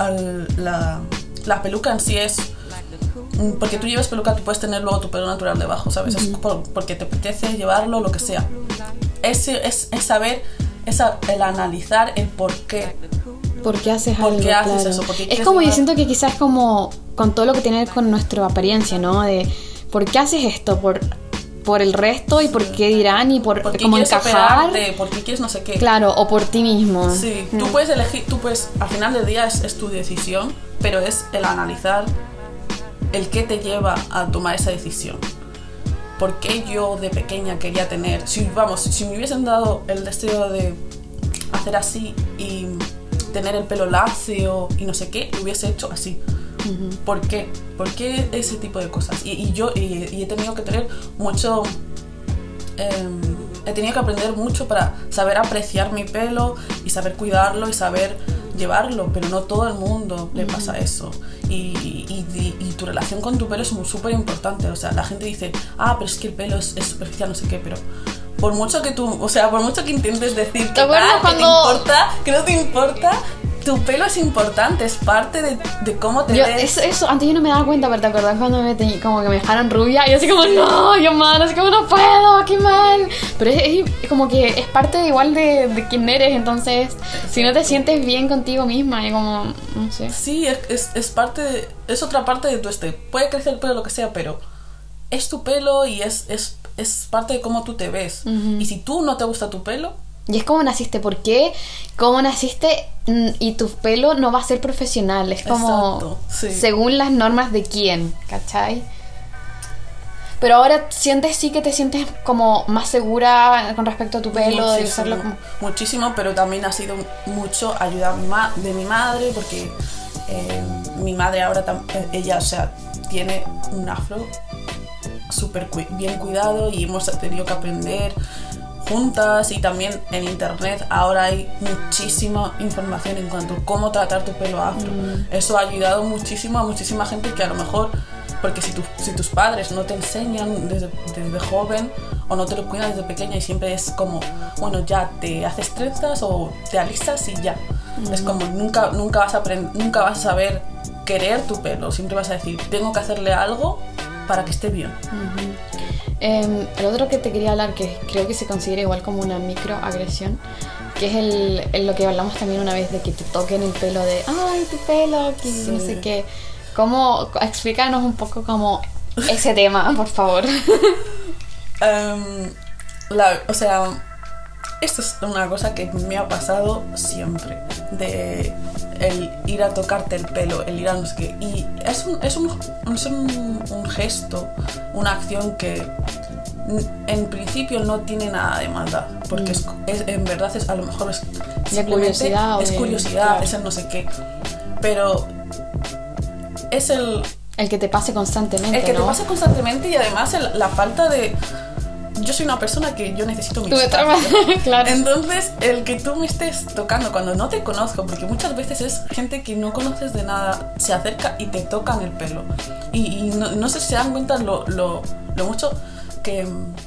la peluca en sí es, porque tú llevas peluca, tú puedes tener luego tu pelo natural debajo, ¿sabes? Es porque te apetece llevarlo, lo que sea. Es saber, el analizar el por qué. ¿Por qué haces algo? ¿Por qué haces claro. eso? Es como, yo siento que quizás como con todo lo que tiene con nuestra apariencia, ¿no? De ¿por qué haces esto? Por el resto y por qué dirán y por como encajar. ¿Por qué quieres no sé qué? Claro, o por ti mismo. Sí, tú puedes elegir, al final del día es tu decisión, pero es el analizar el qué te lleva a tomar esa decisión. ¿Por qué yo de pequeña quería tener, si me hubiesen dado el deseo de hacer así y tener el pelo lacio y no sé qué, lo hubiese hecho así? ¿Por qué? ¿Por qué ese tipo de cosas? Y yo he tenido que tener mucho, he tenido que aprender mucho para saber apreciar mi pelo y saber cuidarlo y saber llevarlo, pero no todo el mundo le pasa eso, y tu relación con tu pelo es súper importante. O sea, la gente dice, pero es que el pelo es superficial, no sé qué, pero por mucho que por mucho que intentes decir que que no te importa, tu pelo es importante, es parte de cómo te ves. Eso, antes yo no me daba cuenta, pero ¿te acordás cuando como que me dejaron rubia? Y yo así como, no, yo mal, así como no puedo, qué mal. Pero es como que es parte igual de quién eres, entonces si no te sientes bien contigo misma, y como, no sé. Sí, es otra parte de tu puede crecer el pelo, lo que sea, pero es tu pelo y es parte de cómo tú te ves. Y si tú no te gusta tu pelo, y es como naciste, ¿por qué? ¿Cómo naciste? Y tu pelo no va a ser profesional, es como exacto, sí. Según las normas de quién, ¿cachai? Pero ahora sí que te sientes como más segura con respecto a tu pelo, de usarlo como... Muchísimo, pero también ha sido mucho ayuda de mi madre, porque mi madre ahora ella, o sea, tiene un afro súper bien cuidado y hemos tenido que aprender juntas, y también en internet ahora hay muchísima información en cuanto a cómo tratar tu pelo afro. Eso ha ayudado muchísimo a muchísima gente que a lo mejor, porque si tus padres no te enseñan desde joven o no te lo cuidan desde pequeña y siempre es como, bueno, ya te haces trenzas o te alistas y ya. Es como nunca vas a saber querer tu pelo, siempre vas a decir, tengo que hacerle algo para que esté bien. El otro que te quería hablar, que creo que se considera igual como una microagresión, que es lo que hablamos también una vez, de que te toquen el pelo, de ay, tu pelo, que sí. No sé qué. Explícanos un poco como ese tema, por favor. O sea, esto es una cosa que me ha pasado siempre, de el ir a tocarte el pelo, el ir a no sé qué, y es un gesto, una acción que en principio no tiene nada de maldad, porque en verdad a lo mejor es curiosidad, claro. Es el no sé qué, pero es el que te pase constantemente, el que ¿no? te pase constantemente, y además la falta de... Yo soy una persona que yo necesito mi espacio. Claro. Entonces, el que tú me estés tocando cuando no te conozco, porque muchas veces es gente que no conoces de nada, se acerca y te tocan el pelo. Y no sé si se dan cuenta lo mucho que...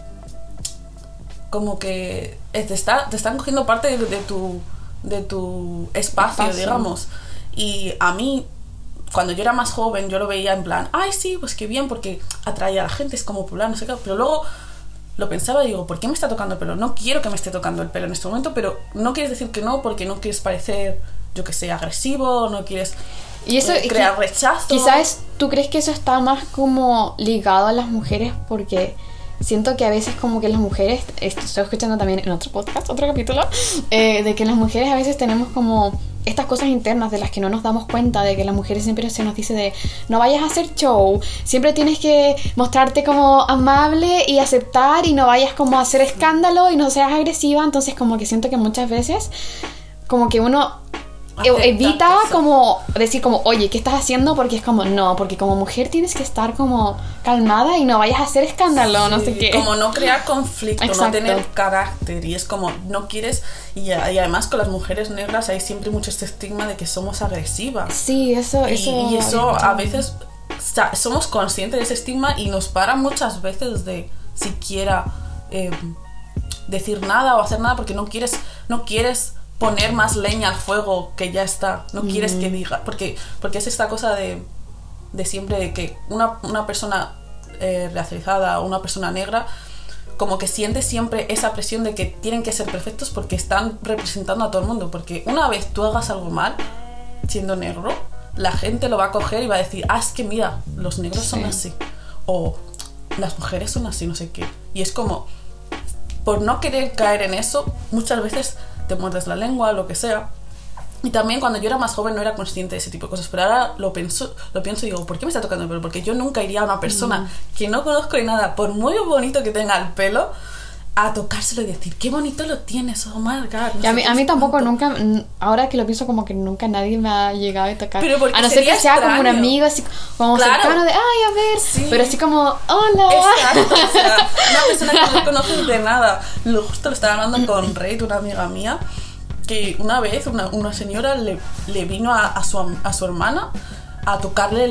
Como que te están cogiendo parte de tu espacio, digamos. Y a mí, cuando yo era más joven, yo lo veía en plan, ay, sí, pues qué bien, porque atrae a la gente, es como popular, no sé qué. Pero luego lo pensaba y digo, ¿por qué me está tocando el pelo? No quiero que me esté tocando el pelo en este momento, pero no quieres decir que no, porque no quieres parecer, yo que sé, agresivo, no quieres y eso, crear rechazo. Quizás tú crees que eso está más como ligado a las mujeres, porque siento que a veces como que las mujeres, estoy escuchando también en otro podcast, otro capítulo, de que las mujeres a veces tenemos como estas cosas internas de las que no nos damos cuenta, de que las mujeres siempre se nos dice de no vayas a hacer show, siempre tienes que mostrarte como amable y aceptar, y no vayas como a hacer escándalo y no seas agresiva. Entonces como que siento que muchas veces como que uno evita como decir como, oye, ¿qué estás haciendo? Porque es como, no, porque como mujer tienes que estar como calmada y no vayas a hacer escándalo, sí, no sé qué. Como no crear conflicto, exacto, no tener carácter, y es como, no quieres, y además con las mujeres negras hay siempre mucho este estigma de que somos agresivas. Sí, eso y eso a veces somos conscientes de ese estigma y nos para muchas veces de siquiera decir nada o hacer nada, porque no quieres poner más leña al fuego que ya está, no quieres que diga, porque es esta cosa de siempre de que una persona racializada o una persona negra como que siente siempre esa presión de que tienen que ser perfectos porque están representando a todo el mundo, porque una vez tú hagas algo mal siendo negro, la gente lo va a coger y va a decir, es que mira, los negros son así, o las mujeres son así, no sé qué, y es como, por no querer caer en eso, muchas veces te muerdes la lengua, lo que sea. Y también cuando yo era más joven no era consciente de ese tipo de cosas, pero ahora lo pienso y digo, ¿por qué me está tocando el pelo? Porque yo nunca iría a una persona que no conozco ni nada, por muy bonito que tenga el pelo, a tocárselo y decir, qué bonito lo tienes, oh my God. No, y a mí tampoco nunca, ahora que lo pienso, como que nunca nadie me ha llegado a tocar. Pero a no ser que sea como un amigo, así como cercano de, ay, a ver, sí, pero así como, hola. Exacto, o sea, una persona que no conoces de nada. Justo lo estaba hablando con Reit, una amiga mía, que una vez una señora le vino a su hermana a tocarle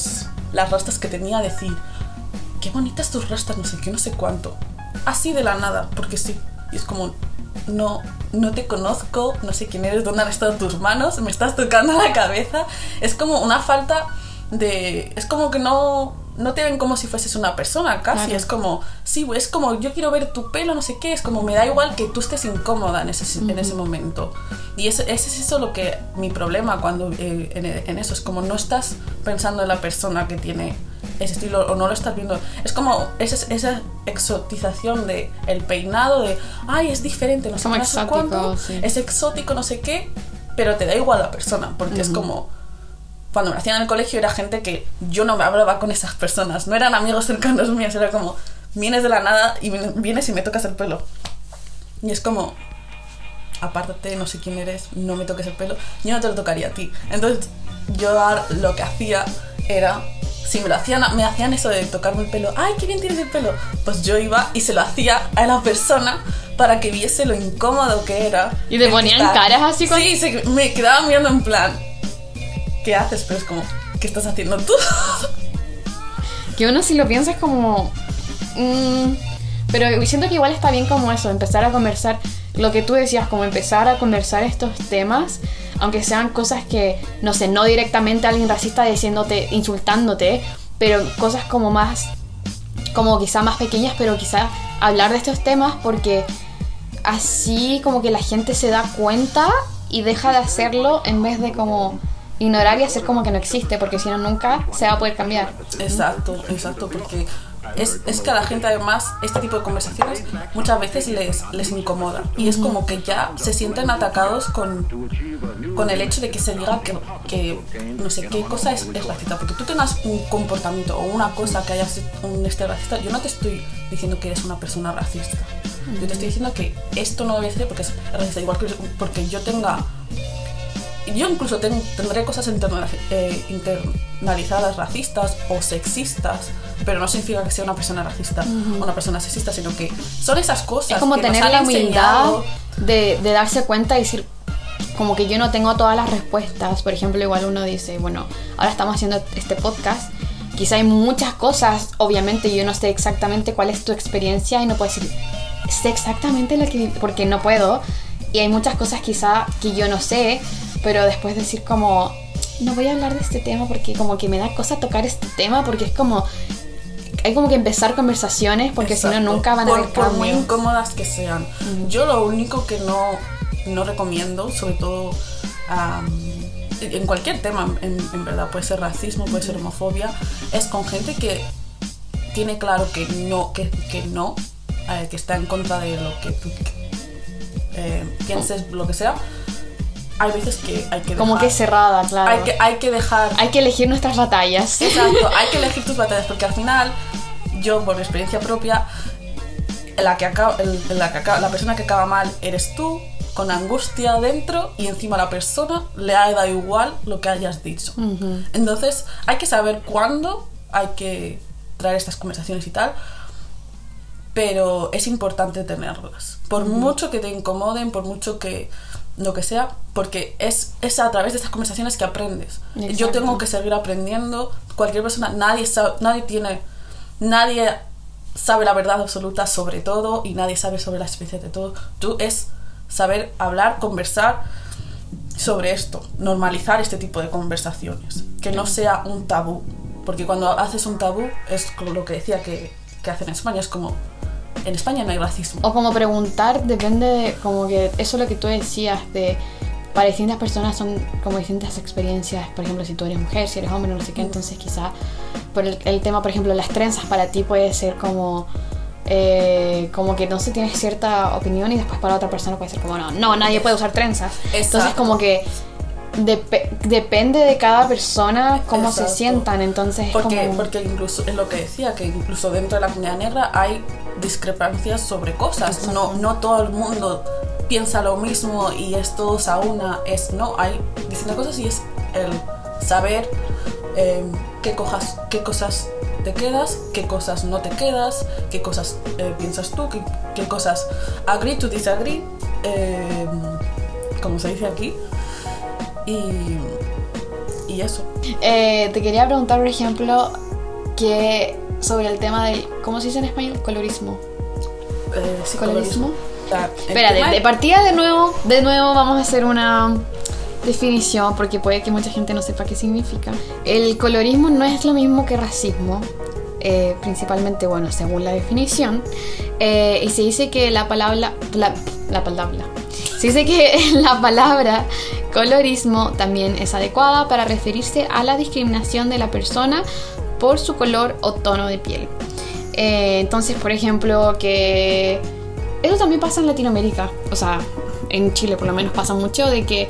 las rastas que tenía, a decir, qué bonitas tus rastas, no sé qué, no sé cuánto. Así de la nada, porque sí. Y es como, no te conozco, no sé quién eres, dónde han estado tus manos, me estás tocando la cabeza. Es como una falta de... Es como que no te ven como si fueses una persona casi, claro. Es como, sí, es como, yo quiero ver tu pelo, no sé qué, es como, me da igual que tú estés incómoda en ese momento. Y ese es eso lo que, mi problema cuando en eso, es como no estás pensando en la persona que tiene ese estilo o no lo estás viendo, es como esa exotización de el peinado de, ay, es diferente, no sé cuánto, sí, es exótico, no sé qué, pero te da igual la persona, porque es como... Cuando me hacían en el colegio era gente que yo no me hablaba con esas personas, no eran amigos cercanos míos, era como, vienes de la nada y vienes y me tocas el pelo. Y es como, apártate, no sé quién eres, no me toques el pelo, yo no te lo tocaría a ti. Entonces yo lo que hacía era, si me hacían eso de tocarme el pelo, ay, qué bien tienes el pelo, pues yo iba y se lo hacía a la persona para que viese lo incómodo que era. ¿Y te ponían caras así con...? Sí, me quedaba mirando en plan... ¿Qué haces? Pero es como, ¿qué estás haciendo tú? Que uno si lo piensa es como... pero siento que igual está bien como eso, empezar a conversar, lo que tú decías, como empezar a conversar estos temas, aunque sean cosas que, no sé, no directamente alguien racista diciéndote, insultándote, pero cosas como más, como quizá más pequeñas, pero quizá hablar de estos temas, porque así como que la gente se da cuenta y deja de hacerlo en vez de como... ignorar y hacer como que no existe, porque si no nunca se va a poder cambiar. Exacto, porque es que a la gente además este tipo de conversaciones muchas veces les incomoda y es como que ya se sienten atacados con el hecho de que se diga que no sé qué cosa es racista, porque tú tengas un comportamiento o una cosa que hayas un racista, yo no te estoy diciendo que eres una persona racista, yo te estoy diciendo que esto no debe ser porque es racista, igual que porque yo incluso tendré cosas generalizadas racistas o sexistas, pero no significa que sea una persona racista o una persona sexista, sino que son esas cosas es como que tener nos han la humildad enseñado. de darse cuenta y decir, como que yo no tengo todas las respuestas. Por ejemplo, igual uno dice, bueno, ahora estamos haciendo este podcast, quizá hay muchas cosas, obviamente yo no sé exactamente cuál es tu experiencia y no puedo decir, sé exactamente lo que, porque no puedo, y hay muchas cosas quizá que yo no sé, pero después decir como, no voy a hablar de este tema porque como que me da cosa tocar este tema, porque es como, hay como que empezar conversaciones, porque si no nunca van a haber por muy cambios. incómodas que sean. Yo lo único que no recomiendo, sobre todo en cualquier tema, en verdad, puede ser racismo, puede ser homofobia, es con gente que tiene claro que no, que está en contra de lo que tú pienses, lo que sea. Hay veces que hay que como dejar, que cerrada, claro. hay que dejar. Hay que elegir nuestras batallas. Exacto, hay que elegir tus batallas, porque al final, yo por experiencia propia, la persona que acaba mal eres tú, con angustia dentro, y encima a la persona le ha dado igual lo que hayas dicho. Entonces hay que saber cuándo hay que traer estas conversaciones y tal, pero es importante tenerlas, por mucho que te incomoden, por mucho que lo que sea, porque es a través de estas conversaciones que aprendes. Exacto. Yo tengo que seguir aprendiendo. Cualquier persona, nadie sabe la verdad absoluta sobre todo, y nadie sabe sobre la experiencia de todo. Tú es saber hablar, conversar sobre esto, normalizar este tipo de conversaciones, que no sea un tabú, porque cuando haces un tabú es como lo que decía que hacen en España, es como, en España no hay racismo. O como preguntar, depende de, como que eso es lo que tú decías, de para distintas personas son como distintas experiencias. Por ejemplo, si tú eres mujer, si eres hombre, no sé qué, entonces quizá por el tema, por ejemplo, las trenzas para ti puede ser como que no se tiene cierta opinión, y después para otra persona puede ser como no, nadie puede usar trenzas. Exacto. Entonces como que depende de cada persona cómo Exacto. se sientan. Entonces porque incluso es lo que decía, que incluso dentro de la comunidad negra hay discrepancias sobre cosas. No todo el mundo piensa lo mismo y es todos a una. Hay distintas cosas, y es el saber qué cosas te quedas, qué cosas no te quedas, qué cosas piensas tú, qué cosas agree to disagree, como se dice aquí, y eso. Te quería preguntar, por ejemplo, que sobre el tema del, ¿cómo se dice en español? Colorismo. Sí, colorismo. Espera, de partida de nuevo vamos a hacer una definición, porque puede que mucha gente no sepa qué significa. El colorismo no es lo mismo que racismo, principalmente, bueno, según la definición, y se dice que la palabra colorismo también es adecuada para referirse a la discriminación de la persona por su color o tono de piel. Entonces, por ejemplo, que eso también pasa en Latinoamérica, o sea, en Chile por lo menos pasa mucho, de que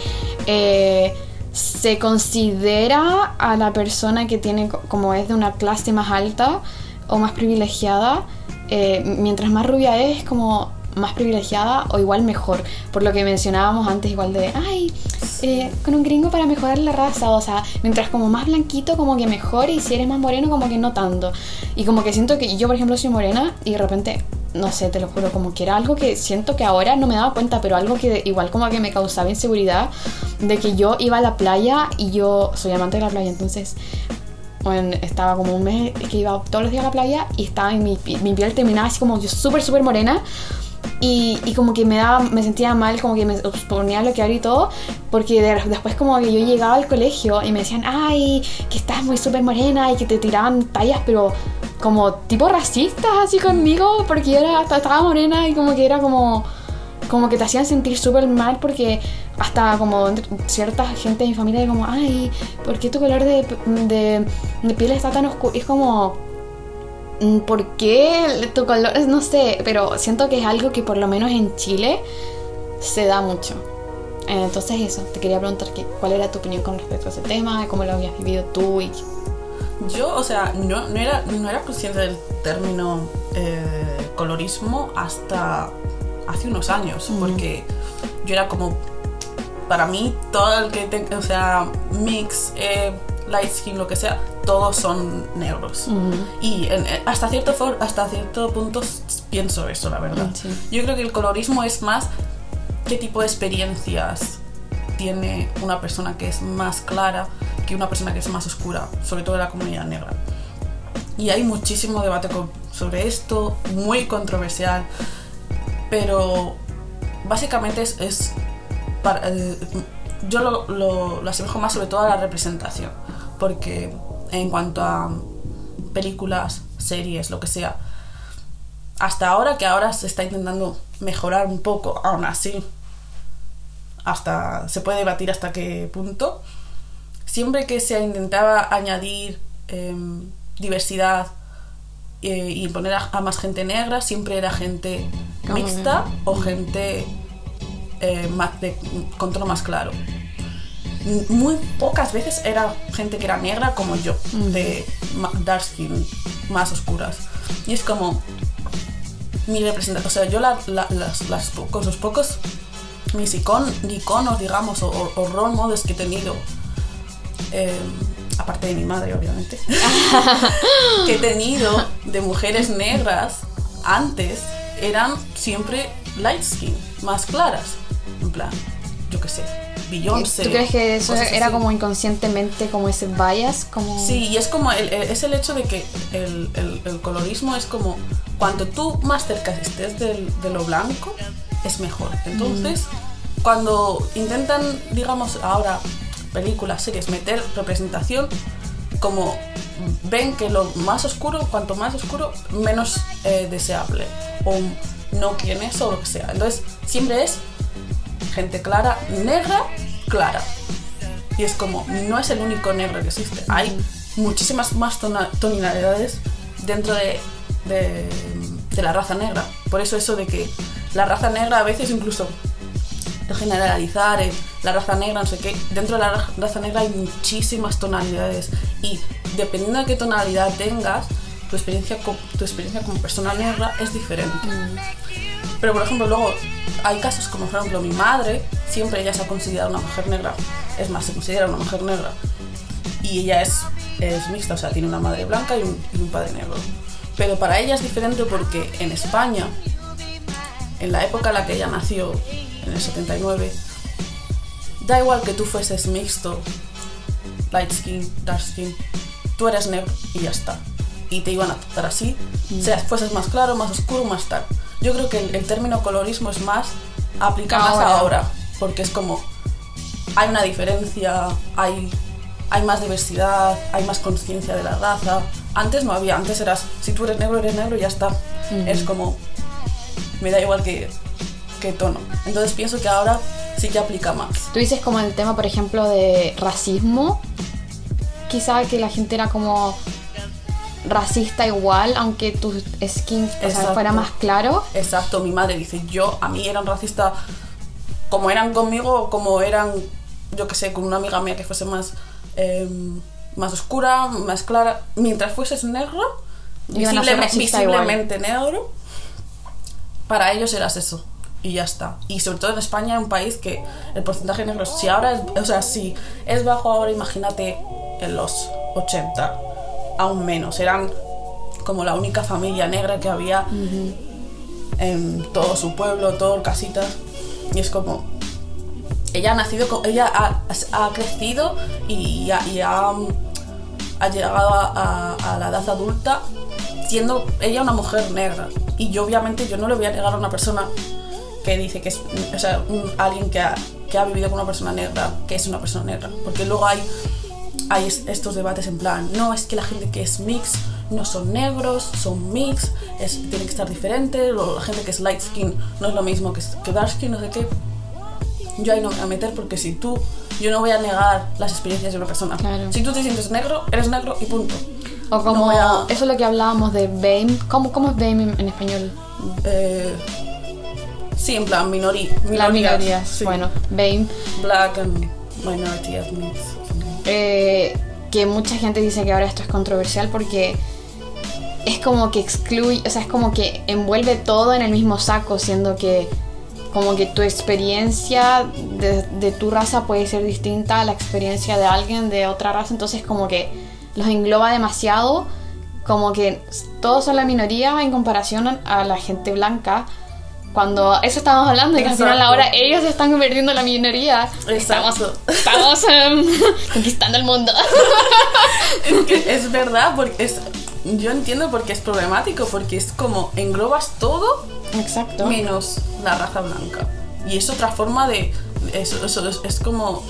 se considera a la persona que tiene, como es de una clase más alta o más privilegiada, mientras más rubia es como más privilegiada o igual mejor, por lo que mencionábamos antes, igual de con un gringo para mejorar la raza, o sea, mientras como más blanquito como que mejor, y si eres más moreno como que no tanto. Y como que siento que yo, por ejemplo, soy morena y de repente, no sé, te lo juro, como que era algo que siento que ahora no me daba cuenta, pero algo que igual como que me causaba inseguridad, de que yo iba a la playa, y yo soy amante de la playa, entonces bueno, estaba como un mes que iba todos los días a la playa, y estaba en mi piel terminaba así como yo súper morena, y como que me sentía mal, como que me ponía a bloquear y todo, porque después como que yo llegaba al colegio y me decían, ay, que estás muy súper morena, y que te tiraban tallas, pero como tipo racistas así conmigo, porque yo estaba morena, y como que era como que te hacían sentir súper mal, porque hasta como cierta gente de mi familia como, ay, ¿por qué tu color de piel está tan oscuro? Y es como, ¿por qué tu color? No sé, pero siento que es algo que por lo menos en Chile se da mucho. Entonces eso, te quería preguntar cuál era tu opinión con respecto a ese tema, cómo lo habías vivido tú. Y yo, o sea, no era consciente del término colorismo hasta hace unos años, porque yo era como, para mí todo el que o sea, mix, light skin, lo que sea, todos son negros. Y hasta cierto punto pienso eso, la verdad. Sí. Yo creo que el colorismo es más qué tipo de experiencias tiene una persona que es más clara que una persona que es más oscura, sobre todo en la comunidad negra. Y hay muchísimo debate sobre esto, muy controversial, pero básicamente yo lo asemejo más sobre todo a la representación, porque en cuanto a películas, series, lo que sea, hasta ahora, que ahora se está intentando mejorar un poco, aún así hasta se puede debatir hasta qué punto, siempre que se intentaba añadir diversidad y poner a más gente negra, siempre era gente mixta o gente con tono más claro. Muy pocas veces era gente que era negra como yo, de dark skin, más oscuras. Y es como mi representación, o sea, yo con los pocos mis iconos, digamos, o role models que he tenido, aparte de mi madre, obviamente, que he tenido de mujeres negras antes, eran siempre light skin, más claras, en plan, yo qué sé, Beyoncé. ¿Tú crees que eso era como inconscientemente como ese bias? Como... Sí, y es como es el hecho de que el colorismo es como cuanto tú más cerca estés de lo blanco, es mejor. Entonces, cuando intentan, digamos, ahora películas, series, meter representación, como ven que lo más oscuro, cuanto más oscuro, menos deseable, o no quieren eso, o lo que sea. Entonces, siempre es gente clara, negra, clara. Y es como, no es el único negro que existe. Hay muchísimas más tonalidades dentro de la raza negra. Por eso de que la raza negra a veces incluso generalizar la raza negra, no sé qué, dentro de la raza negra hay muchísimas tonalidades y dependiendo de qué tonalidad tengas, tu experiencia como persona negra es diferente. Pero por ejemplo luego hay casos como por ejemplo mi madre, siempre ella se ha considerado una mujer negra, es más, se considera una mujer negra y ella es mixta, o sea, tiene una madre blanca y un padre negro. Pero para ella es diferente porque en España, en la época en la que ella nació, en el 79, da igual que tú fueses mixto, light skin, dark skin, tú eres negro y ya está. Y te iban a tratar así, sea fueses más claro, más oscuro, más tal. Yo creo que el término colorismo es más, aplica más ahora, porque es como, hay una diferencia, hay más diversidad, hay más conciencia de la raza. Antes no había, antes eras, si tú eres negro y ya está. Es como, me da igual que tono. Entonces pienso que ahora sí que aplica más. Tú dices como el tema, por ejemplo, de racismo, quizá que la gente era como racista igual, aunque tu skin fuera más claro. Exacto, mi madre dice, a mí eran racistas como eran conmigo, como eran, yo que sé, con una amiga mía que fuese más oscura, más clara. Mientras fueses negro, visiblemente negro, para ellos eras eso. Y ya está. Y sobre todo en España, un país que el porcentaje negro, si es bajo ahora, imagínate en los 80, aún menos. Eran como la única familia negra que había en todo su pueblo, todo casitas. Y es como, ella ha crecido y ha llegado a la edad adulta siendo ella una mujer negra. Y yo obviamente no le voy a negar a una persona que dice que es, alguien que ha vivido con una persona negra, que es una persona negra, porque luego hay estos debates en plan, no, es que la gente que es mix no son negros, son mix, tienen que estar diferentes, o la gente que es light skin no es lo mismo que dark skin, no sé qué. Yo ahí no me voy a meter porque yo no voy a negar las experiencias de una persona. Claro. Si tú te sientes negro, eres negro y punto. O como, eso es lo que hablábamos de BAME. ¿Cómo es BAME en español? Sí, en plan las minorías, sí. Bueno, BAME. Black and Minority Ethnics. Que mucha gente dice que ahora esto es controversial porque es como que excluye, o sea, es como que envuelve todo en el mismo saco, siendo que como que tu experiencia de tu raza puede ser distinta a la experiencia de alguien de otra raza, entonces como que los engloba demasiado, como que todos son la minoría en comparación a la gente blanca, cuando eso estábamos hablando y que al final ahora ellos se están convirtiendo en la minoría. Exacto. Estamos conquistando el mundo. Es que es verdad, porque yo entiendo por qué es problemático, porque es como englobas todo. Exacto. Menos la raza blanca. Y es otra forma de... Eso es como...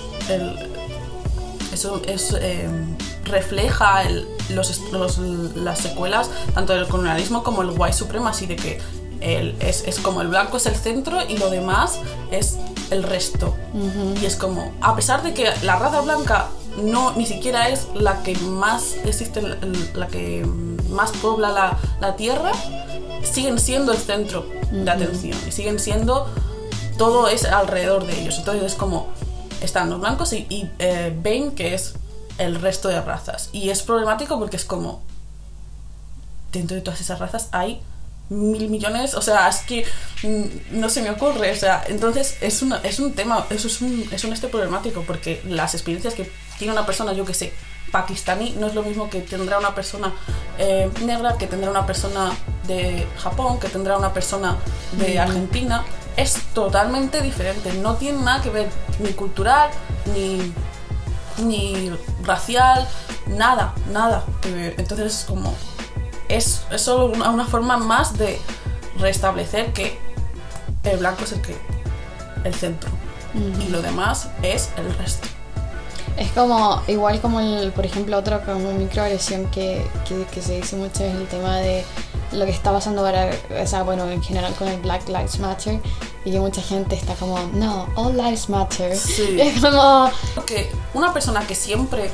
refleja las secuelas tanto del colonialismo como el white supremacy, de que es como el blanco es el centro y lo demás es el resto. Y es como, a pesar de que la raza blanca ni siquiera es la que más existe, la que más pobla la tierra, siguen siendo el centro de atención y siguen siendo, todo es alrededor de ellos. Entonces es como, están los blancos y ven que es el resto de razas, y es problemático porque es como, dentro de todas esas razas hay 1.000 millones, o sea, es que no se me ocurre, o sea, entonces es un tema, eso es un problemático, porque las experiencias que tiene una persona, yo que sé, pakistaní, no es lo mismo que tendrá una persona negra, que tendrá una persona de Japón, que tendrá una persona de Argentina. Es totalmente diferente, no tiene nada que ver ni cultural, ni racial, nada. Entonces es como, es solo una forma más de restablecer que el blanco es el centro y lo demás es el resto. Es como, igual como por ejemplo, otro como microagresión que se dice mucho es el tema de lo que está pasando ahora, o sea, bueno, en general con el Black Lives Matter, y que mucha gente está como, no, all lives matter. Sí. Es como... Porque una persona que siempre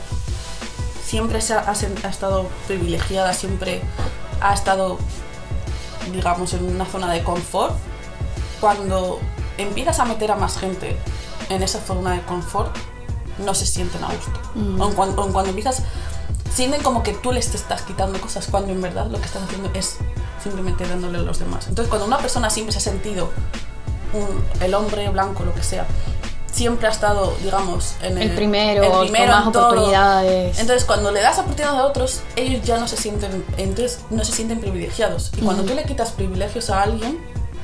ha estado privilegiada, siempre ha estado, digamos, en una zona de confort, cuando empiezas a meter a más gente en esa zona de confort, no se sienten a gusto. O cuando empiezas, sienten como que tú les estás quitando cosas, cuando en verdad lo que estás haciendo es simplemente dándole a los demás. Entonces, cuando una persona siempre se ha sentido, el hombre blanco, lo que sea, siempre ha estado, digamos, el primero con más en todo. Oportunidades. Entonces, cuando le das oportunidades a otros, ellos ya no se sienten privilegiados. Y cuando tú le quitas privilegios a alguien,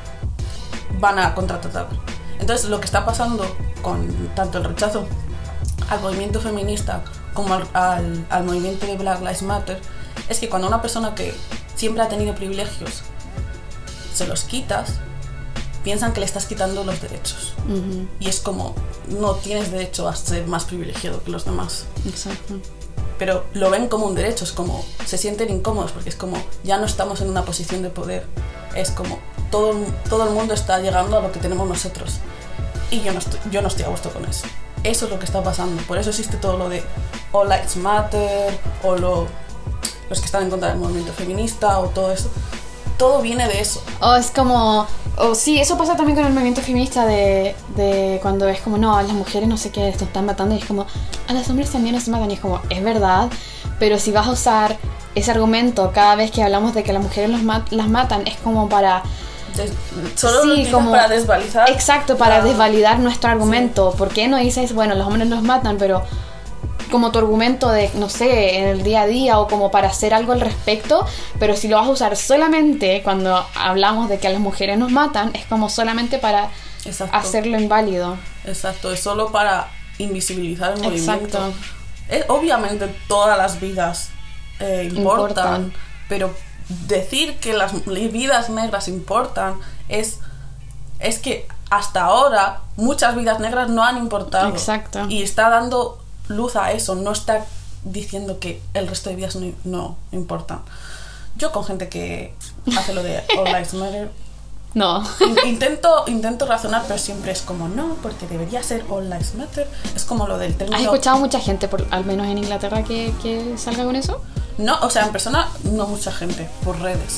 van a contraatacar. Entonces, lo que está pasando con tanto el rechazo al movimiento feminista como al movimiento de Black Lives Matter es que cuando una persona que siempre ha tenido privilegios se los quitas, piensan que le estás quitando los derechos. Y es como, no tienes derecho a ser más privilegiado que los demás. Exacto. Pero lo ven como un derecho, es como, se sienten incómodos porque es como, ya no estamos en una posición de poder, es como, todo el mundo está llegando a lo que tenemos nosotros, y yo no estoy a gusto con eso. Eso es lo que está pasando, por eso existe todo lo de All Lives Matter, o los que están en contra del movimiento feminista, o todo eso. Todo viene de eso. Es como... sí, eso pasa también con el movimiento feminista de cuando es como, no, a las mujeres no sé qué, se están matando, y es como, a los hombres también nos matan, y es como, es verdad, pero si vas a usar ese argumento cada vez que hablamos de que las mujeres las matan, es como para... Solo sí, como para desvalidar. Exacto, para desvalidar nuestro argumento. Sí. ¿Por qué no dices, bueno, los hombres nos matan, pero como tu argumento de, no sé, en el día a día, o como para hacer algo al respecto? Pero si lo vas a usar solamente cuando hablamos de que a las mujeres nos matan, es como solamente para hacerlo inválido. Exacto, es solo para invisibilizar el movimiento. Exacto. Obviamente todas las vidas importan, pero decir que las vidas negras importan es que hasta ahora muchas vidas negras no han importado. Exacto. Y está dando luz a eso, no está diciendo que el resto de vidas no importan. Yo con gente que hace lo de All Lives Matter, no. Intento razonar, pero siempre es como, no, porque debería ser All Lives Matter. Es como lo del término... ¿Has escuchado mucha gente, al menos en Inglaterra, que salga con eso? No, o sea, en persona no mucha gente, por redes.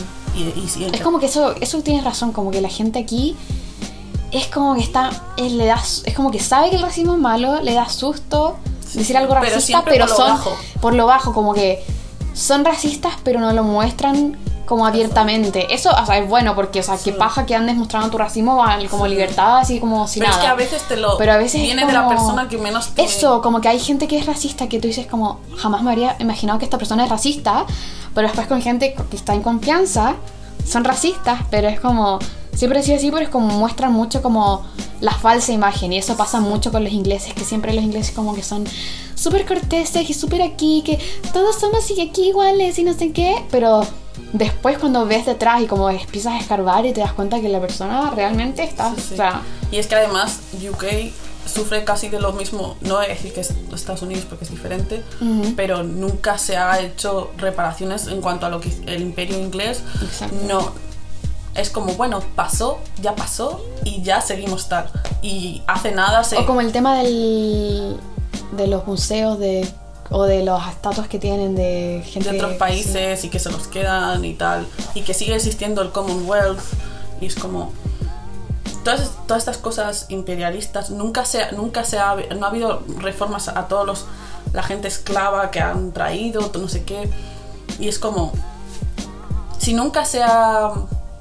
Es como que eso tienes razón, como que la gente aquí es como que es como que sabe que el racismo es malo, le da susto decir algo racista, pero son por lo bajo, como que son racistas, pero no lo muestran como abiertamente. Eso, o sea, es bueno porque, o sea, qué paja que andes mostrando tu racismo como libertad, así como sin pero nada. Pero es que a veces pero a veces viene como de la persona que menos te... Eso, como que hay gente que es racista que tú dices como, jamás me habría imaginado que esta persona es racista, pero después con gente que está en confianza, son racistas, pero es como... Siempre ha sido así, pero es como muestran mucho como la falsa imagen, y eso pasa mucho con los ingleses, que siempre los ingleses como que son súper corteses y súper aquí, que todos somos aquí iguales y no sé qué, pero después cuando ves detrás y como empiezas a escarbar y te das cuenta que la persona realmente está... Sí, sí. O sea, y es que además UK sufre casi de lo mismo, no voy a decir que es Estados Unidos porque es diferente, pero nunca se ha hecho reparaciones en cuanto a lo que el imperio inglés. Exacto. No. Es como, bueno, ya pasó y ya seguimos tal. Y hace nada O como el tema de los museos o de los estatuas que tienen de gente de otros países, sí. Y que se los quedan y tal. Y que sigue existiendo el Commonwealth. Y es como... Todas estas cosas imperialistas, no ha habido reformas a todos la gente esclava que han traído, no sé qué. Y es como... Si nunca se ha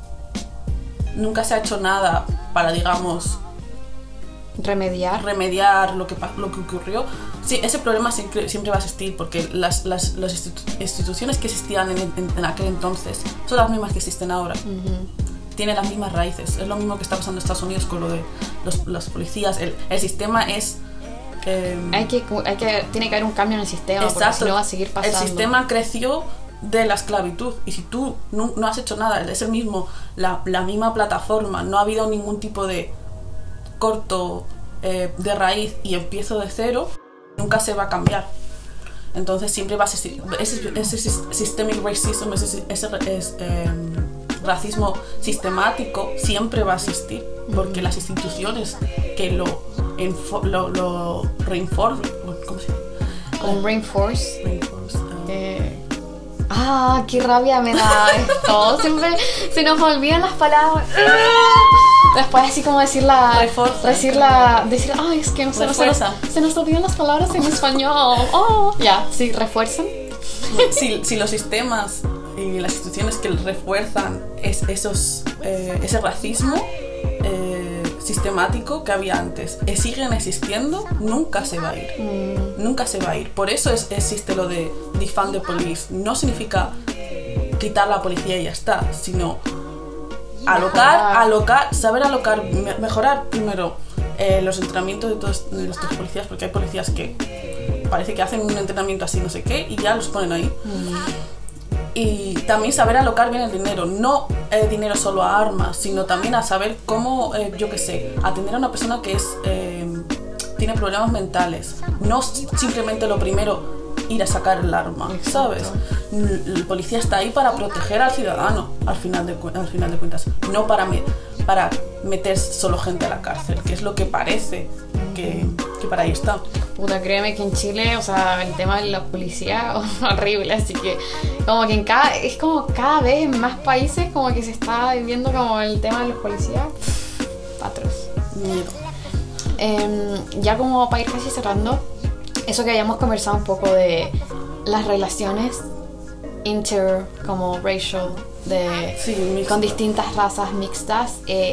hecho nada para, digamos, remediar lo que ocurrió. Sí, ese problema siempre va a existir porque las instituciones que existían en aquel entonces son las mismas que existen ahora. Tienen las mismas raíces. Es lo mismo que está pasando en Estados Unidos con lo de los policías. El sistema es... tiene que haber un cambio en el sistema. Exacto. Porque si no va a seguir pasando. El sistema creció de la esclavitud, y si tú no has hecho nada, es la misma plataforma, no ha habido ningún tipo de corto de raíz y empiezo de cero, nunca se va a cambiar. Entonces siempre va a existir ese systemic racism, ese racismo sistemático siempre va a existir, porque las instituciones que lo reinforce, ¿cómo se llama? Como reinforce. Qué rabia me da esto. Siempre se nos olvidan las palabras. Después así como decir, es que no se nos olvidan las palabras en español. Sí, refuerzan. Si los sistemas y las instituciones que refuerzan ese racismo sistemático que había antes siguen existiendo, nunca se va a ir. Nunca se va a ir. Por eso existe lo de defund the police. No significa quitar la policía y ya está, sino saber alocar, mejorar primero los entrenamientos de los policías, porque hay policías que parece que hacen un entrenamiento así no sé qué y ya los ponen ahí. Y también saber alocar bien el dinero, no dinero solo a armas, sino también a saber cómo, atender a una persona que tiene problemas mentales. No simplemente lo primero ir a sacar el arma, ¿sabes? El policía está ahí para proteger al ciudadano, al final de cuentas, no para meter solo gente a la cárcel, que es lo que parece que para ahí está. Puta, créeme que en Chile, o sea, el tema de la policía es horrible, así que como que es como cada vez en más países como que se está viviendo como el tema de los policías atroz. Ya como para ir casi cerrando, eso que habíamos conversado un poco de las relaciones como racial, con distintas razas mixtas,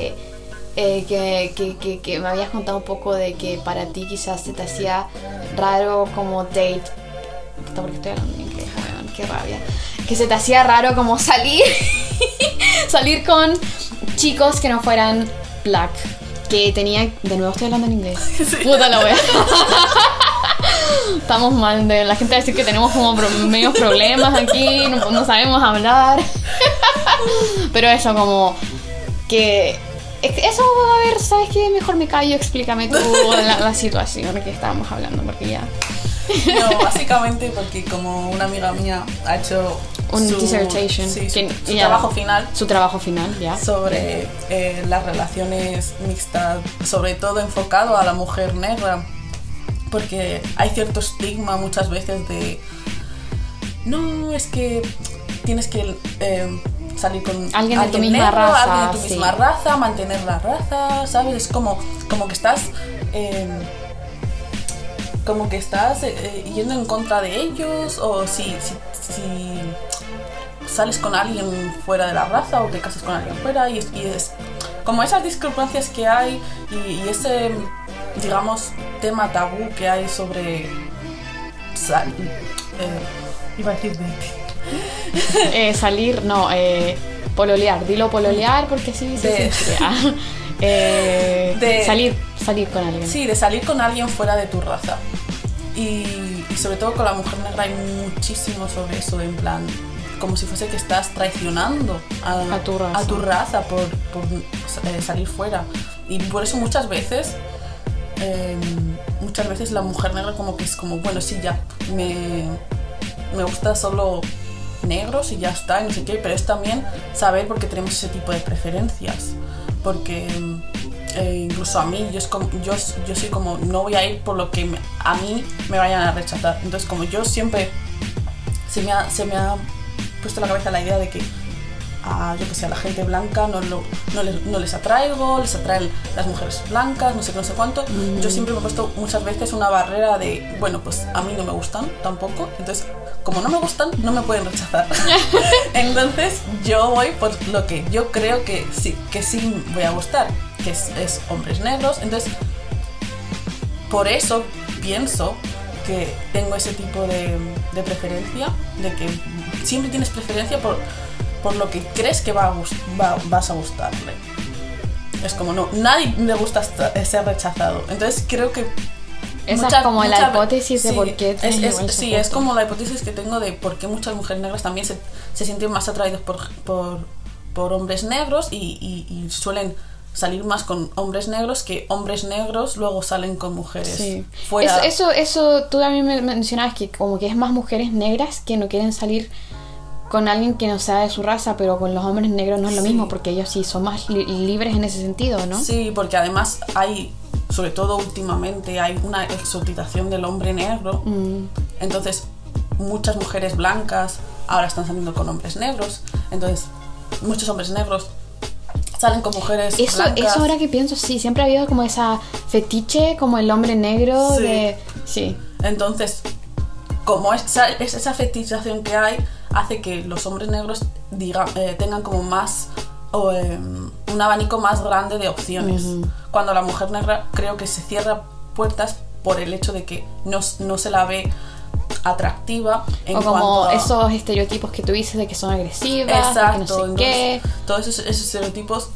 que me habías contado un poco de que para ti quizás se te hacía raro como date, porque estoy hablando en inglés, qué rabia, que se te hacía raro como salir con chicos que no fueran black, que tenía, de nuevo estoy hablando en inglés, sí. Puta la wea. Estamos mal, la gente va a decir que tenemos como medios problemas aquí, no sabemos hablar. Pero eso, como que eso, a ver, ¿sabes qué? Mejor me callo, explícame tú la situación que estábamos hablando, porque ya... No, básicamente porque como una amiga mía ha hecho un dissertation, su trabajo final ya, sobre las relaciones mixtas, sobre todo enfocado a la mujer negra, porque hay cierto estigma muchas veces de no, es que tienes que salir con alguien de tu misma raza, alguien de tu misma raza, mantener la raza, ¿sabes? Es como que estás yendo en contra de ellos, o si sales con alguien fuera de la raza o te casas con alguien fuera y es como esas discrepancias que hay y ese, digamos, tema tabú que hay sobre iba a decir salir, no, pololear, dilo pololear porque así se salir con alguien. Sí, de salir con alguien fuera de tu raza. Y sobre todo con la mujer negra hay muchísimo sobre eso, en plan, como si fuese que estás traicionando a tu raza por salir fuera. Y por eso muchas veces la mujer negra como que es como, bueno, sí, ya, me gusta solo negros y ya está, y no sé qué, pero es también saber por qué tenemos ese tipo de preferencias. Porque incluso a mí, yo soy como, no voy a ir por lo que a mí me vayan a rechazar. Entonces, como yo siempre se me ha puesto en la cabeza la idea de que yo que sé, a la gente blanca no les atraigo, les atraen las mujeres blancas, no sé qué, no sé cuánto. Yo siempre me he puesto muchas veces una barrera de, bueno, pues a mí no me gustan tampoco, entonces como no me gustan, no me pueden rechazar. Entonces yo voy por lo que yo creo que sí voy a gustar, que es hombres negros. Entonces por eso pienso que tengo ese tipo de preferencia, de que siempre tienes preferencia por lo que crees que vas a gustarle. Es como, no, nadie le gusta ser rechazado. Entonces creo que esa es como la hipótesis de por qué es como la hipótesis que tengo de por qué muchas mujeres negras también se sienten más atraídas por hombres negros y suelen salir más con hombres negros que hombres negros luego salen con mujeres fuera. Eso tú también me mencionabas que como que es más mujeres negras que no quieren salir con alguien que no sea de su raza, pero con los hombres negros no es lo mismo, porque ellos sí son más libres en ese sentido, ¿no? Sí, porque además hay, sobre todo últimamente, hay una exotización del hombre negro. Entonces muchas mujeres blancas ahora están saliendo con hombres negros, entonces muchos hombres negros salen con mujeres blancas. Eso ahora que pienso, sí, siempre ha habido como esa fetiche, como el hombre negro. Sí. Entonces, como esa fetichización que hay, hace que los hombres negros tengan como más un abanico más grande de opciones. Cuando la mujer negra creo que se cierra puertas por el hecho de que no se la ve atractiva o como esos estereotipos que tú dices de que son agresivas, exacto, que no sé qué. Todos esos estereotipos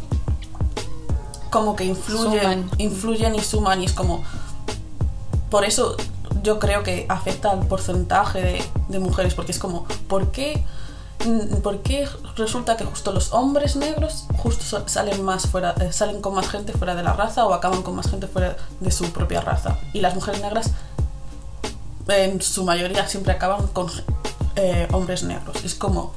como que influyen y suman, y es como, por eso yo creo que afecta al porcentaje de mujeres, porque es como, ¿por qué resulta que justo los hombres negros justo salen con más gente fuera de la raza o acaban con más gente fuera de su propia raza? Y las mujeres negras en su mayoría siempre acaban con hombres negros. Es como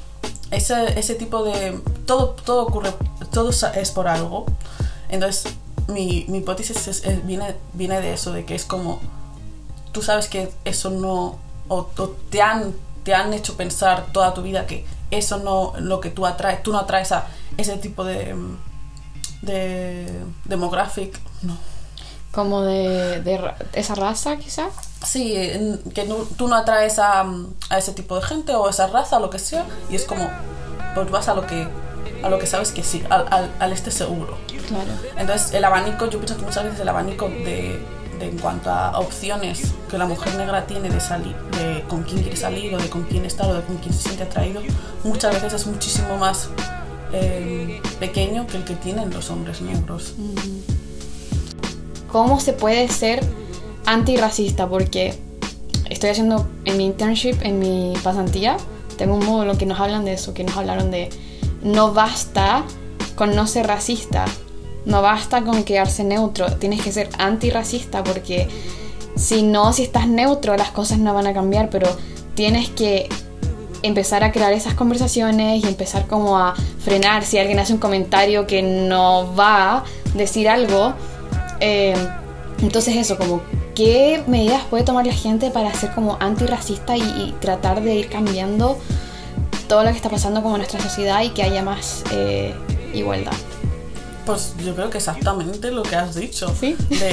ese tipo de... Todo ocurre, todo es por algo. Entonces mi hipótesis viene de eso, de que es como... Tú sabes que eso no... O te han hecho pensar toda tu vida que eso no lo que tú no atraes a ese tipo de demographic, no. Como de esa raza, quizás. Sí, que tú no atraes a ese tipo de gente o esa raza o lo que sea, y es como, pues vas a lo que sabes que sí, al seguro. Claro. Entonces el abanico, yo pienso que muchas veces el abanico de en cuanto a opciones que la mujer negra tiene de salir, de con quién quiere salir o de con quién estar o de con quién se siente atraído, muchas veces es muchísimo más pequeño que el que tienen los hombres negros. ¿Cómo se puede ser antirracista? Porque estoy haciendo en mi internship, en mi pasantía, tengo un módulo que nos hablan de eso, que nos hablaron de no basta con no ser racista, no basta con quedarse neutro, tienes que ser antirracista, porque si estás neutro las cosas no van a cambiar, pero tienes que empezar a crear esas conversaciones y empezar como a frenar si alguien hace un comentario que no va a decir algo. Entonces eso, como qué medidas puede tomar la gente para ser como antirracista y tratar de ir cambiando todo lo que está pasando como en nuestra sociedad y que haya más igualdad. Pues yo creo que exactamente lo que has dicho. ¿Sí? De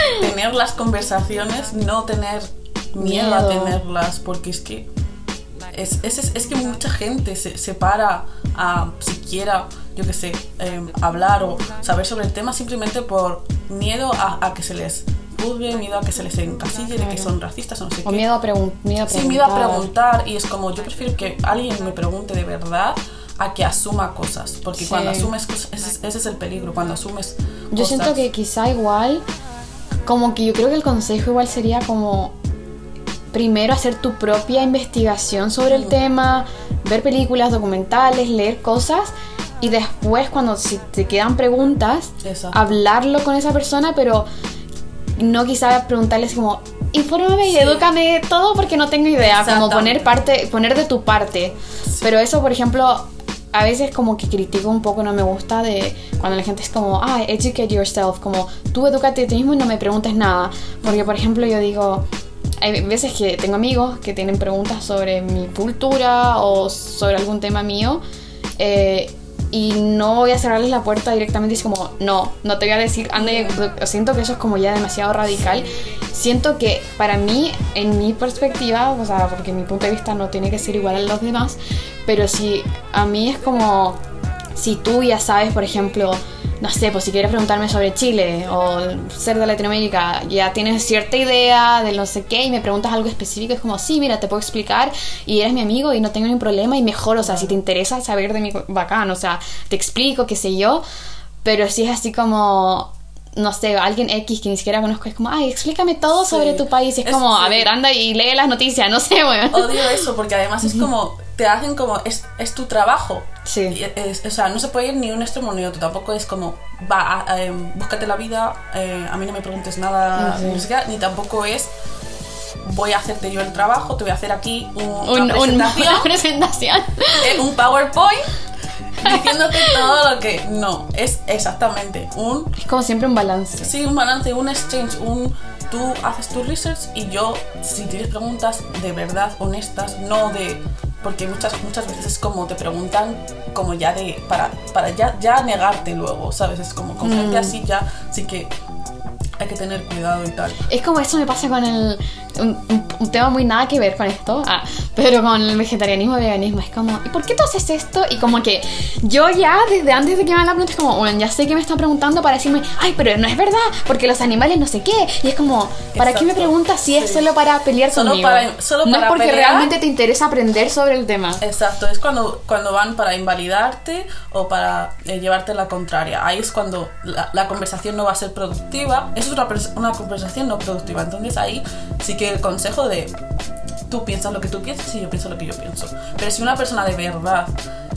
tener las conversaciones, no tener miedo a tenerlas, porque es que es que mucha gente se para a siquiera, yo qué sé, hablar o saber sobre el tema simplemente por miedo a que se les juzgue, miedo a que se les encasille de que son racistas o no sé qué. O miedo a preguntar. Sí, miedo a preguntar, y es como, yo prefiero que alguien me pregunte de verdad a que asuma cosas, porque cuando asumes cosas, ese es el peligro, cuando asumes yo cosas. siento que quizá igual, como que yo creo que el consejo igual sería como primero hacer tu propia investigación sobre el tema, ver películas, documentales, leer cosas, y después cuando si te quedan preguntas, hablarlo con esa persona, pero no quizá preguntarles como infórmame y edúcame todo porque no tengo idea, como poner de tu parte. Pero eso, por ejemplo, a veces como que critico un poco, no me gusta de cuando la gente es como educate yourself, como tú edúcate a ti mismo y no me preguntes nada, porque por ejemplo yo digo, hay veces que tengo amigos que tienen preguntas sobre mi cultura o sobre algún tema mío, y no voy a cerrarles la puerta directamente y es como, no te voy a decir, anda, siento que eso es como ya demasiado radical. Siento que para mí, en mi perspectiva, o sea, porque mi punto de vista no tiene que ser igual a los demás, pero si a mí es como, si tú ya sabes, por ejemplo, no sé, pues si quieres preguntarme sobre Chile o ser de Latinoamérica, ya tienes cierta idea de no sé qué y me preguntas algo específico, es como, sí, mira, te puedo explicar y eres mi amigo y no tengo ningún problema y mejor, o sea, si te interesa saber de mí, bacán, o sea, te explico, qué sé yo, pero si es así como, no sé, alguien X que ni siquiera conozco, es como, explícame todo sobre tu país, es como, a ver, anda y lee las noticias, no sé, bueno. Odio eso, porque además es como, te hacen como, es tu trabajo. Sí. O sea, no se puede ir ni un extremo ni otro. Tampoco es como, búscate la vida, a mí no me preguntes nada, ni tampoco es, voy a hacerte yo el trabajo, te voy a hacer aquí una presentación, un PowerPoint diciéndote todo lo que... No, es exactamente es como siempre un balance. Sí, un balance, un exchange, tú haces tu research y yo, si tienes preguntas de verdad, honestas, no de... Porque muchas veces es como te preguntan como ya de... Para ya negarte luego, ¿sabes? Es como con gente así ya, sí que hay que tener cuidado y tal. Es como eso me pasa con un tema muy nada que ver con esto, pero con el vegetarianismo y veganismo. Es como, ¿y por qué tú haces esto? Y como que yo ya desde antes de que me hagan la pregunta es como, bueno, ya sé que me están preguntando para decirme, pero no es verdad, porque los animales no sé qué. Y es como, ¿para qué me preguntas si es solo para pelear conmigo? No es porque realmente te interesa aprender sobre el tema. Exacto, es cuando van para invalidarte o para llevarte la contraria. Ahí es cuando la conversación no va a ser productiva. Es una conversación no productiva. Entonces ahí sí que el consejo de tú piensas lo que tú piensas y yo pienso lo que yo pienso. Pero si una persona de verdad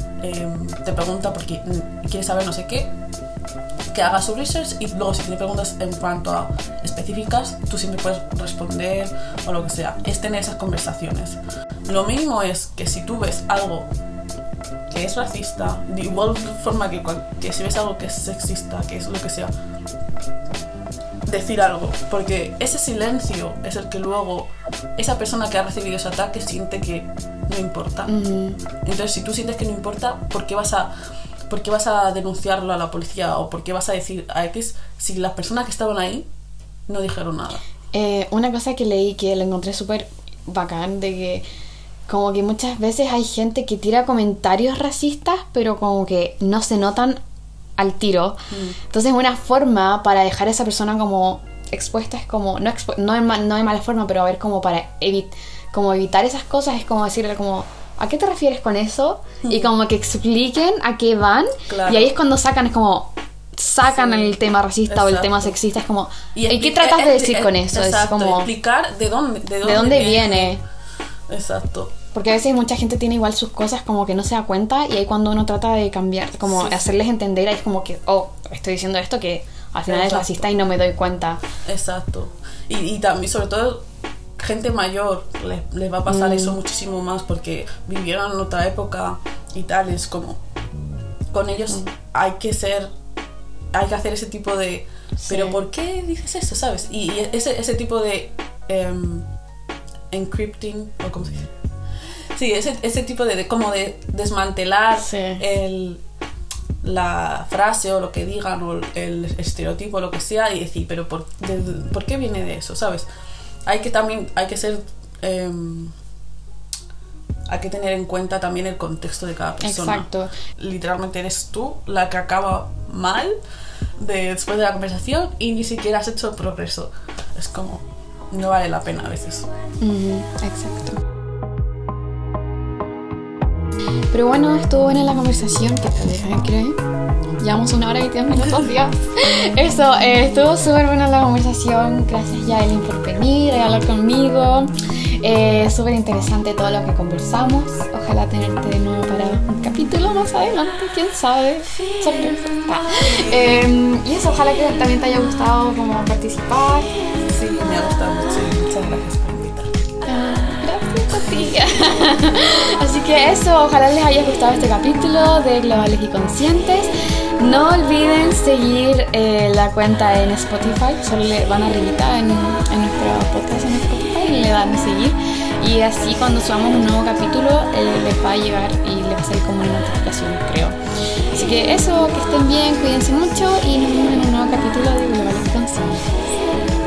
te pregunta porque quiere saber no sé qué, que haga su research y luego si tiene preguntas en cuanto a específicas, tú siempre puedes responder o lo que sea. Es tener esas conversaciones. Lo mismo es que si tú ves algo que es racista, de igual forma que si ves algo que es sexista, que es lo que sea, decir algo, porque ese silencio es el que luego esa persona que ha recibido ese ataque siente que no importa. Entonces si tú sientes que no importa, ¿por qué vas a denunciarlo a la policía o por qué vas a decir a X si las personas que estaban ahí no dijeron nada? Una cosa que leí que lo encontré súper bacán, de que como que muchas veces hay gente que tira comentarios racistas pero como que no se notan al tiro. Entonces una forma para dejar a esa persona como expuesta es como, no de mala forma, pero a ver, como para evitar esas cosas, es como decirle como, ¿a qué te refieres con eso? Y como que expliquen a qué van. Claro. Y ahí es cuando sacan el tema racista o el tema sexista, es como, ¿y qué tratas de decir con eso? Exacto, es como explicar de dónde viene. Exacto. Porque a veces mucha gente tiene igual sus cosas como que no se da cuenta, y ahí cuando uno trata de cambiar, como hacerles entender, ahí es como que, estoy diciendo esto que al final es racista y no me doy cuenta. Exacto. Y también, sobre todo, gente mayor les va a pasar eso muchísimo más porque vivieron en otra época y tal. Es como, con ellos hay que hacer ese tipo de... ¿Pero por qué dices eso? ¿Sabes? Y ese tipo de encrypting, o como se dice. Sí, ese tipo de como de desmantelar la frase o lo que digan o el estereotipo o lo que sea y decir, pero ¿por qué viene de eso? ¿Sabes? Hay que ser hay que tener en cuenta también el contexto de cada persona. Exacto. Literalmente eres tú la que acaba mal después de la conversación y ni siquiera has hecho progreso. Es como, no vale la pena a veces. Exacto. Pero bueno, estuvo buena la conversación. ¿Qué tal? ¿Creo? Llevamos 1 hora y 10 minutos, Dios. Eso, estuvo súper buena la conversación. Gracias, Yaelin, por venir y hablar conmigo. Súper interesante todo lo que conversamos. Ojalá tenerte de nuevo para un capítulo más adelante, quién sabe. Sorpresa. Y eso, ojalá que también te haya gustado como participar. Sí, me ha gustado mucho y muchas gracias por invitar. Gracias a ti. Así que eso, ojalá les haya gustado este capítulo de Globales y Conscientes. No olviden seguir la cuenta en Spotify. Solo le van arribita en nuestro podcast en Spotify y le dan a seguir. Y así cuando subamos un nuevo capítulo les va a llegar y les va a salir como una notificación, creo. Así que eso, que estén bien, cuídense mucho y nos vemos en un nuevo capítulo de Globales y Conscientes.